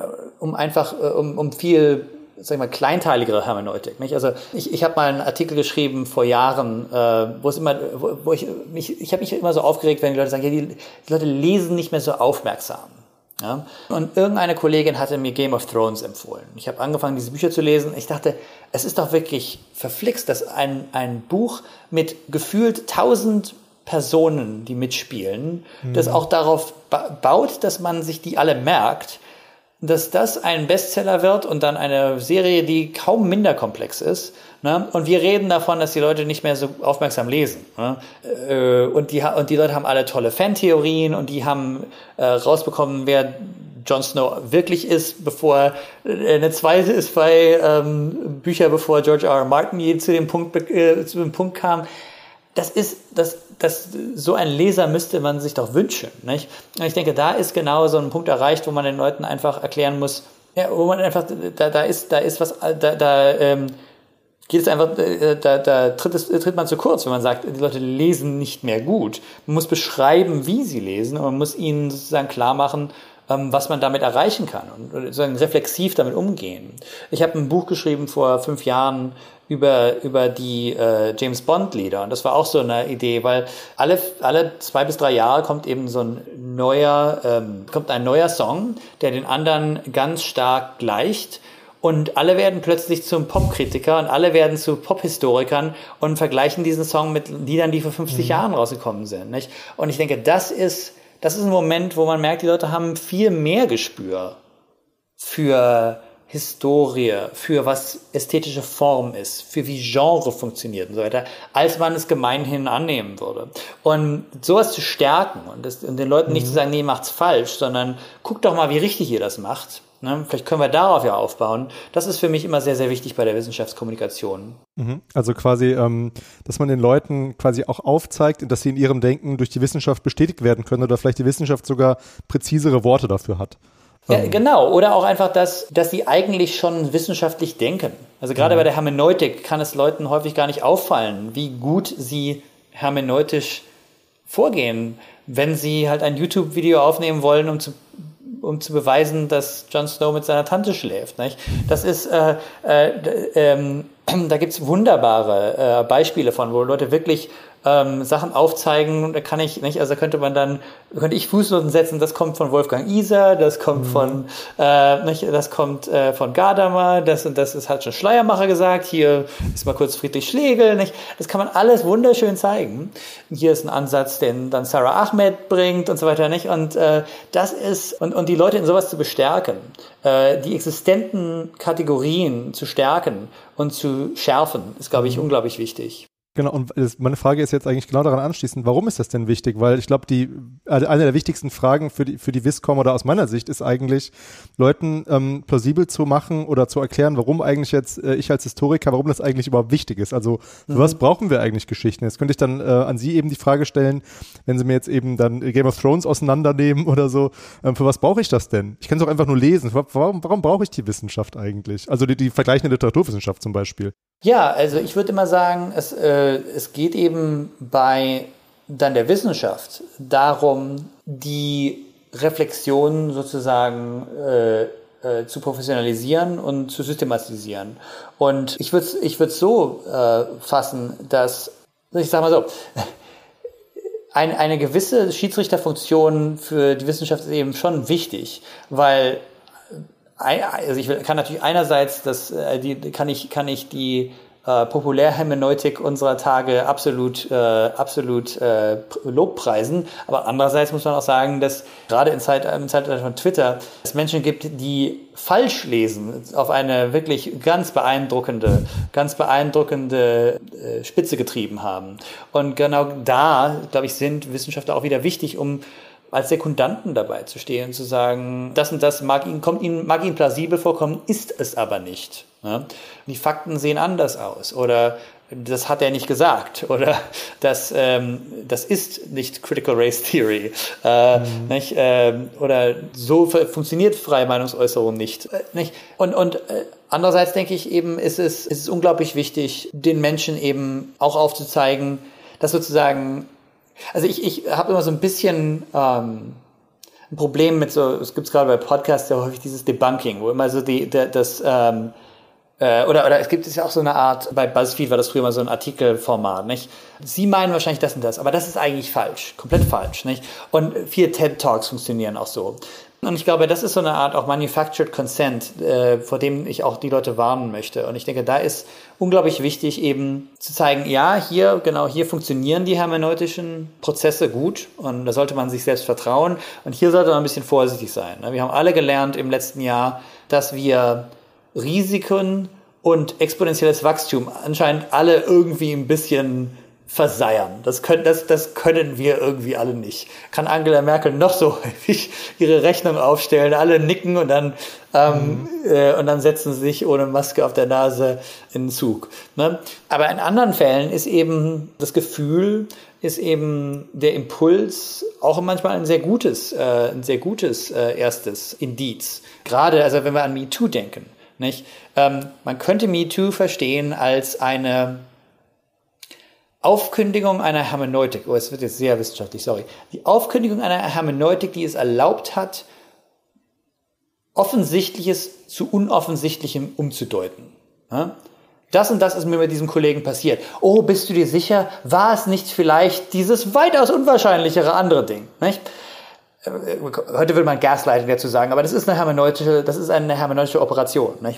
viel, sag ich mal, kleinteiligere Hermeneutik. Nicht? Also ich habe mal einen Artikel geschrieben vor Jahren, wo ich habe mich immer so aufgeregt, wenn die Leute sagen, ja, die Leute lesen nicht mehr so aufmerksam. Ja? Und irgendeine Kollegin hatte mir Game of Thrones empfohlen. Ich habe angefangen, diese Bücher zu lesen. Ich dachte, es ist doch wirklich verflixt, dass ein Buch mit gefühlt 1000 Personen, die mitspielen, das auch darauf baut, dass man sich die alle merkt, dass das ein Bestseller wird und dann eine Serie, die kaum minder komplex ist. Ne? Und wir reden davon, dass die Leute nicht mehr so aufmerksam lesen. Ne? Und die Leute haben alle tolle Fantheorien und die haben rausbekommen, wer Jon Snow wirklich ist, bevor eine zweite Bücher, bevor George R. R. Martin je zu dem Punkt kam. So ein Leser müsste man sich doch wünschen, nicht? Und ich denke, da ist genau so ein Punkt erreicht, wo man den Leuten einfach erklären muss, ja, wo man einfach, tritt man zu kurz, wenn man sagt, die Leute lesen nicht mehr gut. Man muss beschreiben, wie sie lesen, und man muss ihnen sozusagen klar machen, was man damit erreichen kann und sozusagen reflexiv damit umgehen. Ich habe ein Buch geschrieben vor 5 Jahren über die James Bond Lieder, und das war auch so eine Idee, weil alle 2 bis 3 Jahre kommt eben ein neuer Song, der den anderen ganz stark gleicht. Und alle werden plötzlich zum Popkritiker und alle werden zu Pophistorikern und vergleichen diesen Song mit Liedern, die vor 50 Jahren rausgekommen sind. Nicht? Und ich denke, das ist ein Moment, wo man merkt, die Leute haben viel mehr Gespür für Historie, für was ästhetische Form ist, für wie Genre funktioniert und so weiter, als man es gemeinhin annehmen würde. Und sowas zu stärken und den Leuten nicht zu sagen, nee, macht's falsch, sondern guckt doch mal, wie richtig ihr das macht. Ne? Vielleicht können wir darauf ja aufbauen. Das ist für mich immer sehr, sehr wichtig bei der Wissenschaftskommunikation. Also quasi, dass man den Leuten quasi auch aufzeigt, dass sie in ihrem Denken durch die Wissenschaft bestätigt werden können oder vielleicht die Wissenschaft sogar präzisere Worte dafür hat. Ja, genau. Oder auch einfach, dass sie eigentlich schon wissenschaftlich denken. Also gerade bei der Hermeneutik kann es Leuten häufig gar nicht auffallen, wie gut sie hermeneutisch vorgehen, wenn sie halt ein YouTube-Video aufnehmen wollen, um zu beweisen, dass Jon Snow mit seiner Tante schläft. Nicht? Das ist, da gibt's wunderbare Beispiele von, wo Leute wirklich Sachen aufzeigen, da kann ich nicht, also könnte ich Fußnoten setzen, das kommt von Wolfgang Iser, das kommt von Gadamer, das hat schon Schleiermacher gesagt, hier ist mal kurz Friedrich Schlegel, nicht? Das kann man alles wunderschön zeigen. Hier ist ein Ansatz, den dann Sarah Ahmed bringt und so weiter, nicht? Und das ist, und die Leute in sowas zu bestärken, die existenten Kategorien zu stärken und zu schärfen, ist, glaube ich, unglaublich wichtig. Genau, und meine Frage ist jetzt eigentlich genau daran anschließend, warum ist das denn wichtig? Weil ich glaube, eine der wichtigsten Fragen für die Viscom oder aus meiner Sicht ist eigentlich, Leuten plausibel zu machen oder zu erklären, warum eigentlich jetzt ich als Historiker, warum das eigentlich überhaupt wichtig ist. Also für was brauchen wir eigentlich Geschichten? Jetzt könnte ich dann an Sie eben die Frage stellen, wenn Sie mir jetzt eben dann Game of Thrones auseinandernehmen oder so, für was brauche ich das denn? Ich kann es auch einfach nur lesen. Warum brauche ich die Wissenschaft eigentlich? Also die vergleichende Literaturwissenschaft zum Beispiel. Ja, also ich würde immer sagen, es geht eben bei dann der Wissenschaft darum, die Reflexion sozusagen zu professionalisieren und zu systematisieren. Und ich würde so fassen, dass, ich sage mal so, eine gewisse Schiedsrichterfunktion für die Wissenschaft ist eben schon wichtig, weil also kann natürlich einerseits kann ich die Populärhermeneutik unserer Tage absolut Lobpreisen. Aber andererseits muss man auch sagen, dass gerade im Zeitalter von Twitter es Menschen gibt, die falsch lesen, auf eine wirklich ganz beeindruckende Spitze getrieben haben. Und genau da, glaube ich, sind Wissenschaftler auch wieder wichtig, um als Sekundanten dabei zu stehen und zu sagen, das und das mag Ihnen plausibel vorkommen, ist es aber nicht. Ja? Die Fakten sehen anders aus oder das hat er nicht gesagt oder das ist nicht Critical Race Theory nicht? Oder so funktioniert freie Meinungsäußerung nicht. Nicht? Und andererseits denke ich eben, ist es unglaublich wichtig, den Menschen eben auch aufzuzeigen, dass sozusagen, also ich habe immer so ein bisschen ein Problem mit so, es gibt gerade bei Podcasts ja häufig dieses Debunking, wo immer so oder es gibt es ja auch so eine Art, bei BuzzFeed war das früher mal so ein Artikelformat, nicht? Sie meinen wahrscheinlich das und das, aber das ist eigentlich falsch, komplett falsch, nicht? Und viele TED-Talks funktionieren auch so. Und ich glaube, das ist so eine Art auch Manufactured Consent, vor dem ich auch die Leute warnen möchte. Und ich denke, da ist unglaublich wichtig eben zu zeigen, ja, hier funktionieren die hermeneutischen Prozesse gut und da sollte man sich selbst vertrauen. Und hier sollte man ein bisschen vorsichtig sein. Wir haben alle gelernt im letzten Jahr, dass wir Risiken und exponentielles Wachstum anscheinend alle irgendwie ein bisschen verseiern. Das können wir irgendwie alle nicht. Kann Angela Merkel noch so häufig ihre Rechnung aufstellen, alle nicken und dann setzen sie sich ohne Maske auf der Nase in den Zug. Ne? Aber in anderen Fällen ist eben das Gefühl, ist eben der Impuls auch manchmal ein sehr gutes erstes Indiz. Gerade, also wenn wir an MeToo denken, nicht? Man könnte MeToo verstehen als eine Aufkündigung einer Hermeneutik. Oh, es wird jetzt sehr wissenschaftlich, sorry. Die Aufkündigung einer Hermeneutik, die es erlaubt hat, Offensichtliches zu Unoffensichtlichem umzudeuten. Ja? Das und das ist mir mit diesem Kollegen passiert. Oh, bist du dir sicher? War es nicht vielleicht dieses weitaus unwahrscheinlichere andere Ding? Nicht? Heute würde man Gaslighting dazu sagen, aber das ist eine hermeneutische Operation, nicht?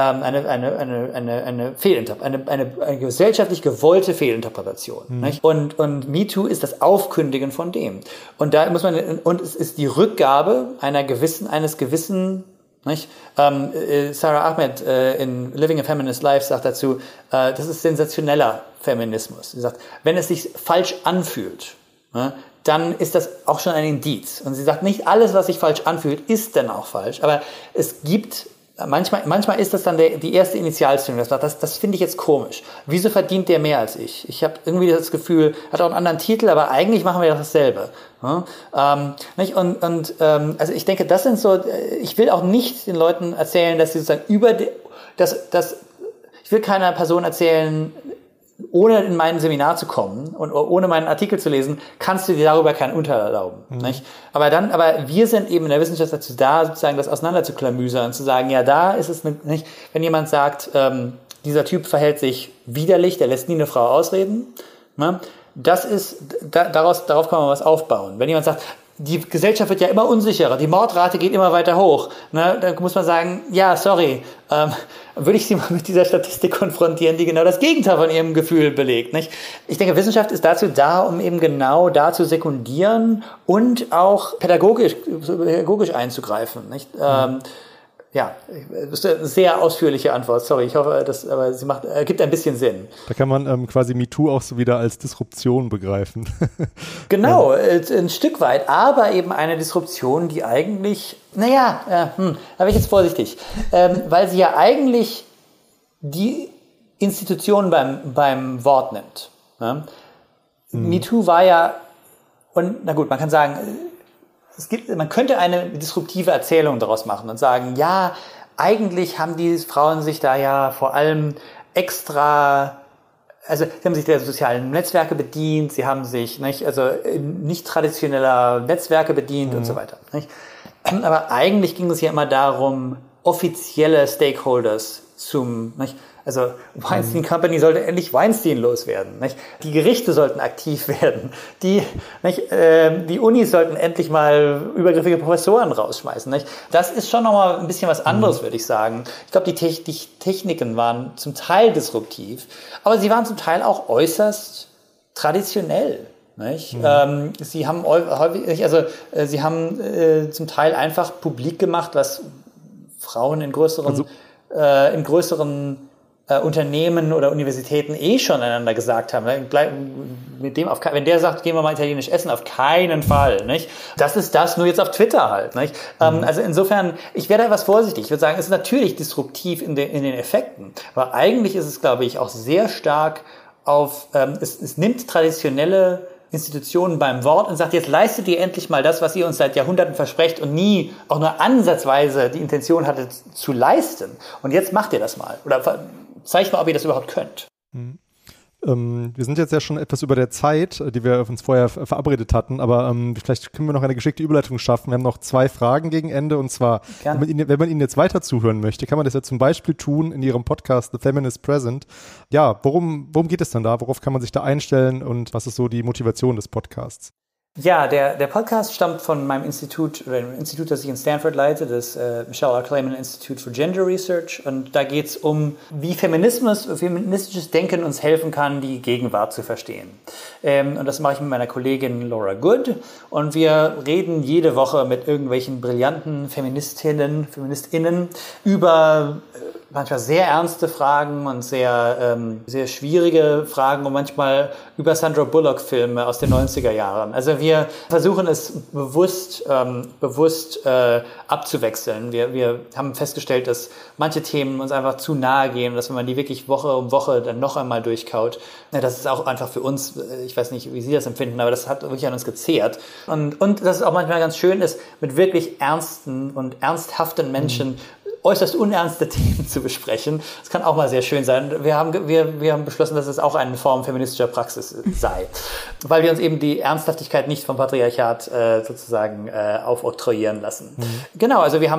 Eine gesellschaftlich gewollte Fehlinterpretation, nicht? Und MeToo ist das Aufkündigen von dem. Und da muss man, und es ist die Rückgabe eines gewissen, nicht? Sarah Ahmed in Living a Feminist Life sagt dazu, das ist sensationeller Feminismus. Sie sagt, wenn es sich falsch anfühlt, ne, dann ist das auch schon ein Indiz. Und sie sagt, nicht alles, was sich falsch anfühlt, ist dann auch falsch. Aber es gibt, manchmal ist das dann die erste Initialzündung. Das finde ich jetzt komisch. Wieso verdient der mehr als ich? Ich habe irgendwie das Gefühl, hat auch einen anderen Titel, aber eigentlich machen wir dasselbe. Nicht? Also ich denke, das sind so, ich will auch nicht den Leuten erzählen, dass sie sozusagen ich will keiner Person erzählen, ohne in mein Seminar zu kommen und ohne meinen Artikel zu lesen, kannst du dir darüber kein Urteil erlauben. Nicht? Aber wir sind eben in der Wissenschaft dazu da, sozusagen das auseinanderzuklamüsern und zu sagen, ja, da ist es nicht, wenn jemand sagt, dieser Typ verhält sich widerlich, der lässt nie eine Frau ausreden, ne? Darauf kann man was aufbauen. Wenn jemand sagt, die Gesellschaft wird ja immer unsicherer, die Mordrate geht immer weiter hoch, ne? Dann muss man sagen, ja, sorry, würde ich Sie mal mit dieser Statistik konfrontieren, die genau das Gegenteil von Ihrem Gefühl belegt, nicht? Ich denke, Wissenschaft ist dazu da, um eben genau da zu sekundieren und auch pädagogisch einzugreifen, nicht? Ja, das ist eine sehr ausführliche Antwort. Sorry, ich hoffe, aber sie gibt ein bisschen Sinn. Da kann man quasi MeToo auch so wieder als Disruption begreifen. Genau, ein Stück weit, aber eben eine Disruption, die eigentlich, da bin ich jetzt vorsichtig, weil sie ja eigentlich die Institution beim Wort nimmt. Ne? MeToo war ja, und na gut, man kann sagen, man könnte eine disruptive Erzählung daraus machen und sagen, ja, eigentlich haben die Frauen sich da ja vor allem sie haben sich der sozialen Netzwerke bedient, sie haben sich nicht traditioneller Netzwerke bedient und so weiter. Nicht? Aber eigentlich ging es ja immer darum, offizielle Stakeholders Also Weinstein Company sollte endlich Weinstein loswerden. Nicht? Die Gerichte sollten aktiv werden. Die Unis sollten endlich mal übergriffige Professoren rausschmeißen. Nicht? Das ist schon nochmal ein bisschen was anderes, würde ich sagen. Ich glaube, die Techniken waren zum Teil disruptiv, aber sie waren zum Teil auch äußerst traditionell. Nicht? Sie haben häufig, sie haben zum Teil einfach publik gemacht, was Frauen in größeren Unternehmen oder Universitäten schon einander gesagt haben. Mit dem wenn der sagt, gehen wir mal italienisch essen, auf keinen Fall. Nicht? Das ist das, nur jetzt auf Twitter halt. Nicht? Also insofern, ich wäre da etwas vorsichtig. Ich würde sagen, es ist natürlich disruptiv in den Effekten, aber eigentlich ist es, glaube ich, auch sehr stark es nimmt traditionelle Institutionen beim Wort und sagt, jetzt leistet ihr endlich mal das, was ihr uns seit Jahrhunderten versprecht und nie auch nur ansatzweise die Intention hattet zu leisten. Und jetzt macht ihr das mal. Oder zeigt mal, ob ihr das überhaupt könnt. Wir sind jetzt ja schon etwas über der Zeit, die wir uns vorher verabredet hatten, aber vielleicht können wir noch eine geschickte Überleitung schaffen. Wir haben noch 2 Fragen gegen Ende, und zwar, wenn man Ihnen jetzt weiter zuhören möchte, kann man das ja zum Beispiel tun in Ihrem Podcast The Feminist Present. Ja, worum geht es denn da? Worauf kann man sich da einstellen und was ist so die Motivation des Podcasts? Ja, der Podcast stammt von meinem Institut, oder dem Institut, das ich in Stanford leite, das Michelle R. Kleiman Institute for Gender Research. Und da geht es um, wie feministisches Denken uns helfen kann, die Gegenwart zu verstehen. Und das mache ich mit meiner Kollegin Laura Good. Und wir reden jede Woche mit irgendwelchen brillanten FeministInnen über manchmal sehr ernste Fragen und sehr schwierige Fragen und manchmal über Sandra Bullock-Filme aus den 90er Jahren. Also wir versuchen es bewusst abzuwechseln. Wir haben festgestellt, dass manche Themen uns einfach zu nahe gehen, dass wenn man die wirklich Woche um Woche dann noch einmal durchkaut, das ist auch einfach für uns, ich weiß nicht, wie Sie das empfinden, aber das hat wirklich an uns gezehrt. Und dass es auch manchmal ganz schön ist, mit wirklich ernsten und ernsthaften Menschen äußerst unernste Themen zu besprechen. Das kann auch mal sehr schön sein. Wir haben beschlossen, dass es auch eine Form feministischer Praxis sei, weil wir uns eben die Ernsthaftigkeit nicht vom Patriarchat sozusagen aufoktroyieren lassen. Genau, also wir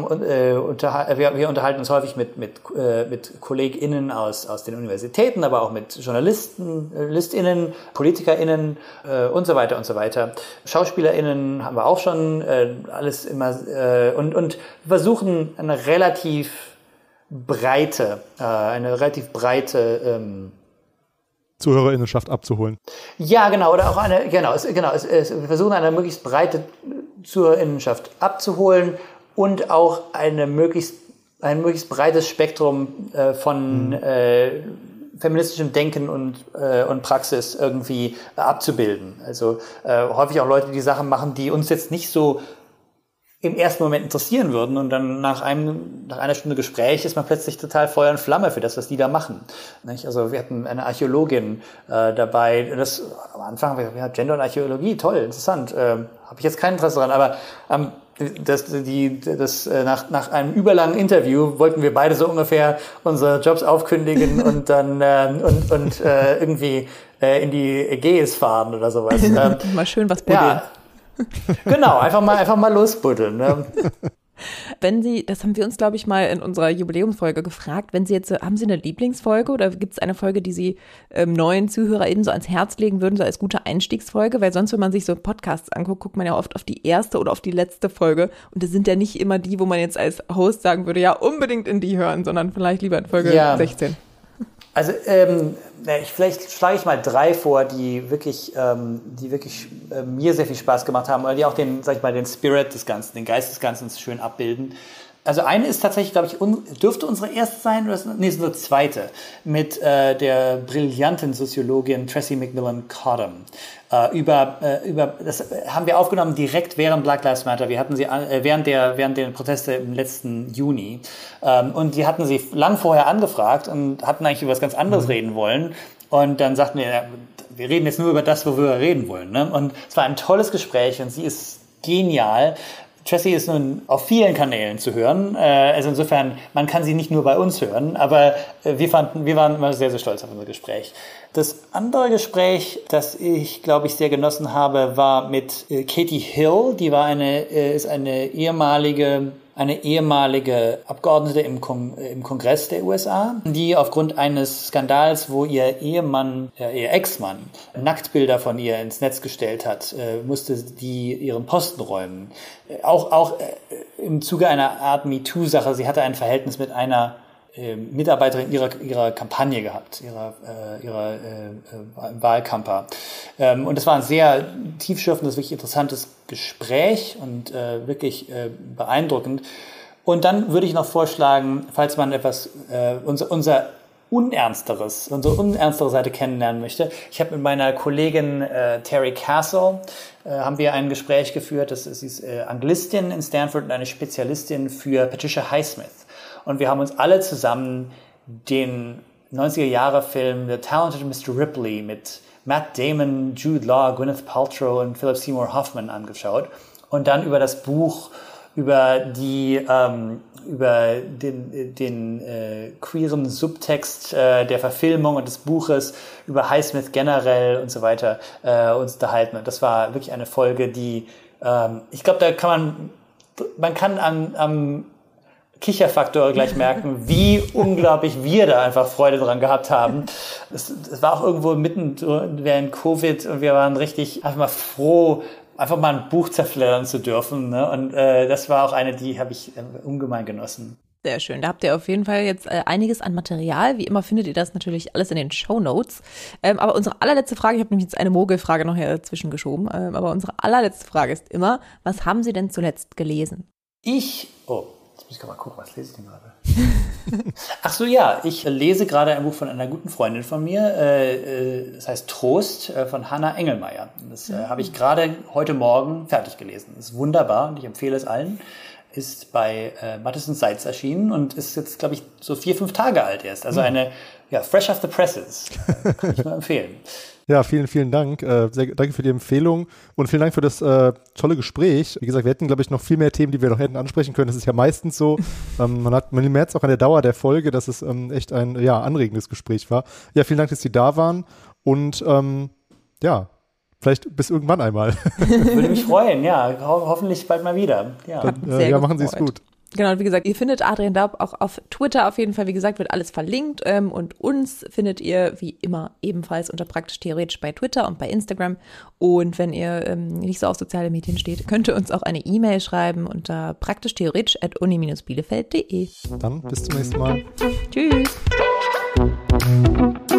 unterhalten uns häufig mit KollegInnen aus den Universitäten, aber auch mit JournalistInnen, PolitikerInnen und so weiter und so weiter. SchauspielerInnen haben wir auch schon, alles immer und versuchen eine relativ breite Zuhörerinnenschaft abzuholen. Ja, genau, oder auch wir versuchen eine möglichst breite Zuhörerinnenschaft abzuholen und auch ein möglichst breites Spektrum von feministischem Denken und Praxis irgendwie abzubilden. Also häufig auch Leute, die Sachen machen, die uns jetzt nicht so im ersten Moment interessieren würden, und dann nach einer Stunde Gespräch ist man plötzlich total Feuer und Flamme für das, was die da machen. Nicht? Also wir hatten eine Archäologin dabei, das am Anfang, Gender und Archäologie, toll, interessant, habe ich jetzt kein Interesse dran, aber nach einem überlangen Interview wollten wir beide so ungefähr unsere Jobs aufkündigen und dann irgendwie in die Ägäis fahren oder sowas. Mal schön was buddeln. Ja. Genau, einfach mal losbuddeln. Ne? Wenn Sie, das haben wir uns, glaube ich, mal in unserer Jubiläumsfolge gefragt, haben Sie eine Lieblingsfolge oder gibt es eine Folge, die Sie neuen ZuhörerInnen so ans Herz legen würden, so als gute Einstiegsfolge? Weil sonst, wenn man sich so Podcasts anguckt, guckt man ja oft auf die erste oder auf die letzte Folge, und das sind ja nicht immer die, wo man jetzt als Host sagen würde, ja, unbedingt in die hören, sondern vielleicht lieber in Folge 16. Also vielleicht schlage ich mal 3 vor, die wirklich mir sehr viel Spaß gemacht haben, oder die auch den Spirit des Ganzen, den Geist des Ganzen schön abbilden. Also eine ist tatsächlich, glaube ich, dürfte unsere erste sein, oder ist unsere zweite, mit der brillanten Soziologin Tressie McMillan Cottom. Das haben wir aufgenommen direkt während Black Lives Matter. Wir hatten sie während der Proteste im letzten Juni. Und die hatten sie lang vorher angefragt und hatten eigentlich über was ganz anderes reden wollen. Und dann sagten wir reden jetzt nur über das, worüber wir reden wollen. Ne? Und es war ein tolles Gespräch und sie ist genial. Tressie ist nun auf vielen Kanälen zu hören. Also insofern, man kann sie nicht nur bei uns hören, aber wir waren immer sehr, sehr stolz auf unser Gespräch. Das andere Gespräch, das ich, glaube ich, sehr genossen habe, war mit Katie Hill. Die ist eine ehemalige eine ehemalige Abgeordnete im Kongress der USA, die aufgrund eines Skandals, wo ihr Ex-Mann Nacktbilder von ihr ins Netz gestellt hat, musste die ihren Posten räumen. Auch im Zuge einer Art MeToo-Sache. Sie hatte ein Verhältnis mit einer Mitarbeiterin ihrer Kampagne gehabt, ihrer Wahlkampagne. Und das war ein sehr tiefschürfendes, wirklich interessantes Gespräch und wirklich beeindruckend. Und dann würde ich noch vorschlagen, falls man unsere unernstere Seite kennenlernen möchte. Ich habe mit meiner Kollegin Terry Castle haben wir ein Gespräch geführt. Sie ist Anglistin in Stanford und eine Spezialistin für Patricia Highsmith. Und wir haben uns alle zusammen den 90er-Jahre-Film The Talented Mr. Ripley mit Matt Damon, Jude Law, Gwyneth Paltrow und Philip Seymour Hoffman angeschaut. Und dann über das Buch, über den queeren Subtext der Verfilmung und des Buches, über Highsmith generell und so weiter uns unterhalten. Und das war wirklich eine Folge, die, ich glaube, da kann man kann am Kicherfaktor gleich merken, wie unglaublich wir da einfach Freude dran gehabt haben. Es war auch irgendwo mitten während Covid und wir waren richtig einfach mal froh, einfach mal ein Buch zerfleddern zu dürfen. Ne? Und das war auch eine, die habe ich ungemein genossen. Sehr schön. Da habt ihr auf jeden Fall jetzt einiges an Material. Wie immer findet ihr das natürlich alles in den Shownotes. Aber unsere allerletzte Frage, ich habe nämlich jetzt eine Mogelfrage noch hier dazwischen geschoben, aber unsere allerletzte Frage ist immer, was haben Sie denn zuletzt gelesen? Jetzt muss ich mal gucken, was lese ich denn gerade? Ach so, ja, ich lese gerade ein Buch von einer guten Freundin von mir. Das heißt Trost von Hannah Engelmeier. Das habe ich gerade heute Morgen fertig gelesen. Das ist wunderbar und ich empfehle es allen. Ist bei Matthes & Seitz erschienen und ist jetzt, glaube ich, so 4-5 Tage alt erst. Also fresh off the presses. Kann ich nur empfehlen. Ja, vielen, vielen Dank. Danke für die Empfehlung und vielen Dank für das tolle Gespräch. Wie gesagt, wir hätten, glaube ich, noch viel mehr Themen, die wir noch hätten ansprechen können. Das ist ja meistens so. Man merkt es auch an der Dauer der Folge, dass es echt ein anregendes Gespräch war. Ja, vielen Dank, dass Sie da waren und vielleicht bis irgendwann einmal. Würde mich freuen, ja. Hoffentlich bald mal wieder. Ja, dann, machen Sie es gut. Genau, wie gesagt, ihr findet Adrian Daub auch auf Twitter auf jeden Fall. Wie gesagt, wird alles verlinkt. Und uns findet ihr wie immer ebenfalls unter Praktisch Theoretisch bei Twitter und bei Instagram. Und wenn ihr nicht so auf soziale Medien steht, könnt ihr uns auch eine E-Mail schreiben unter praktischtheoretisch@uni-bielefeld.de. Dann bis zum nächsten Mal. Tschüss.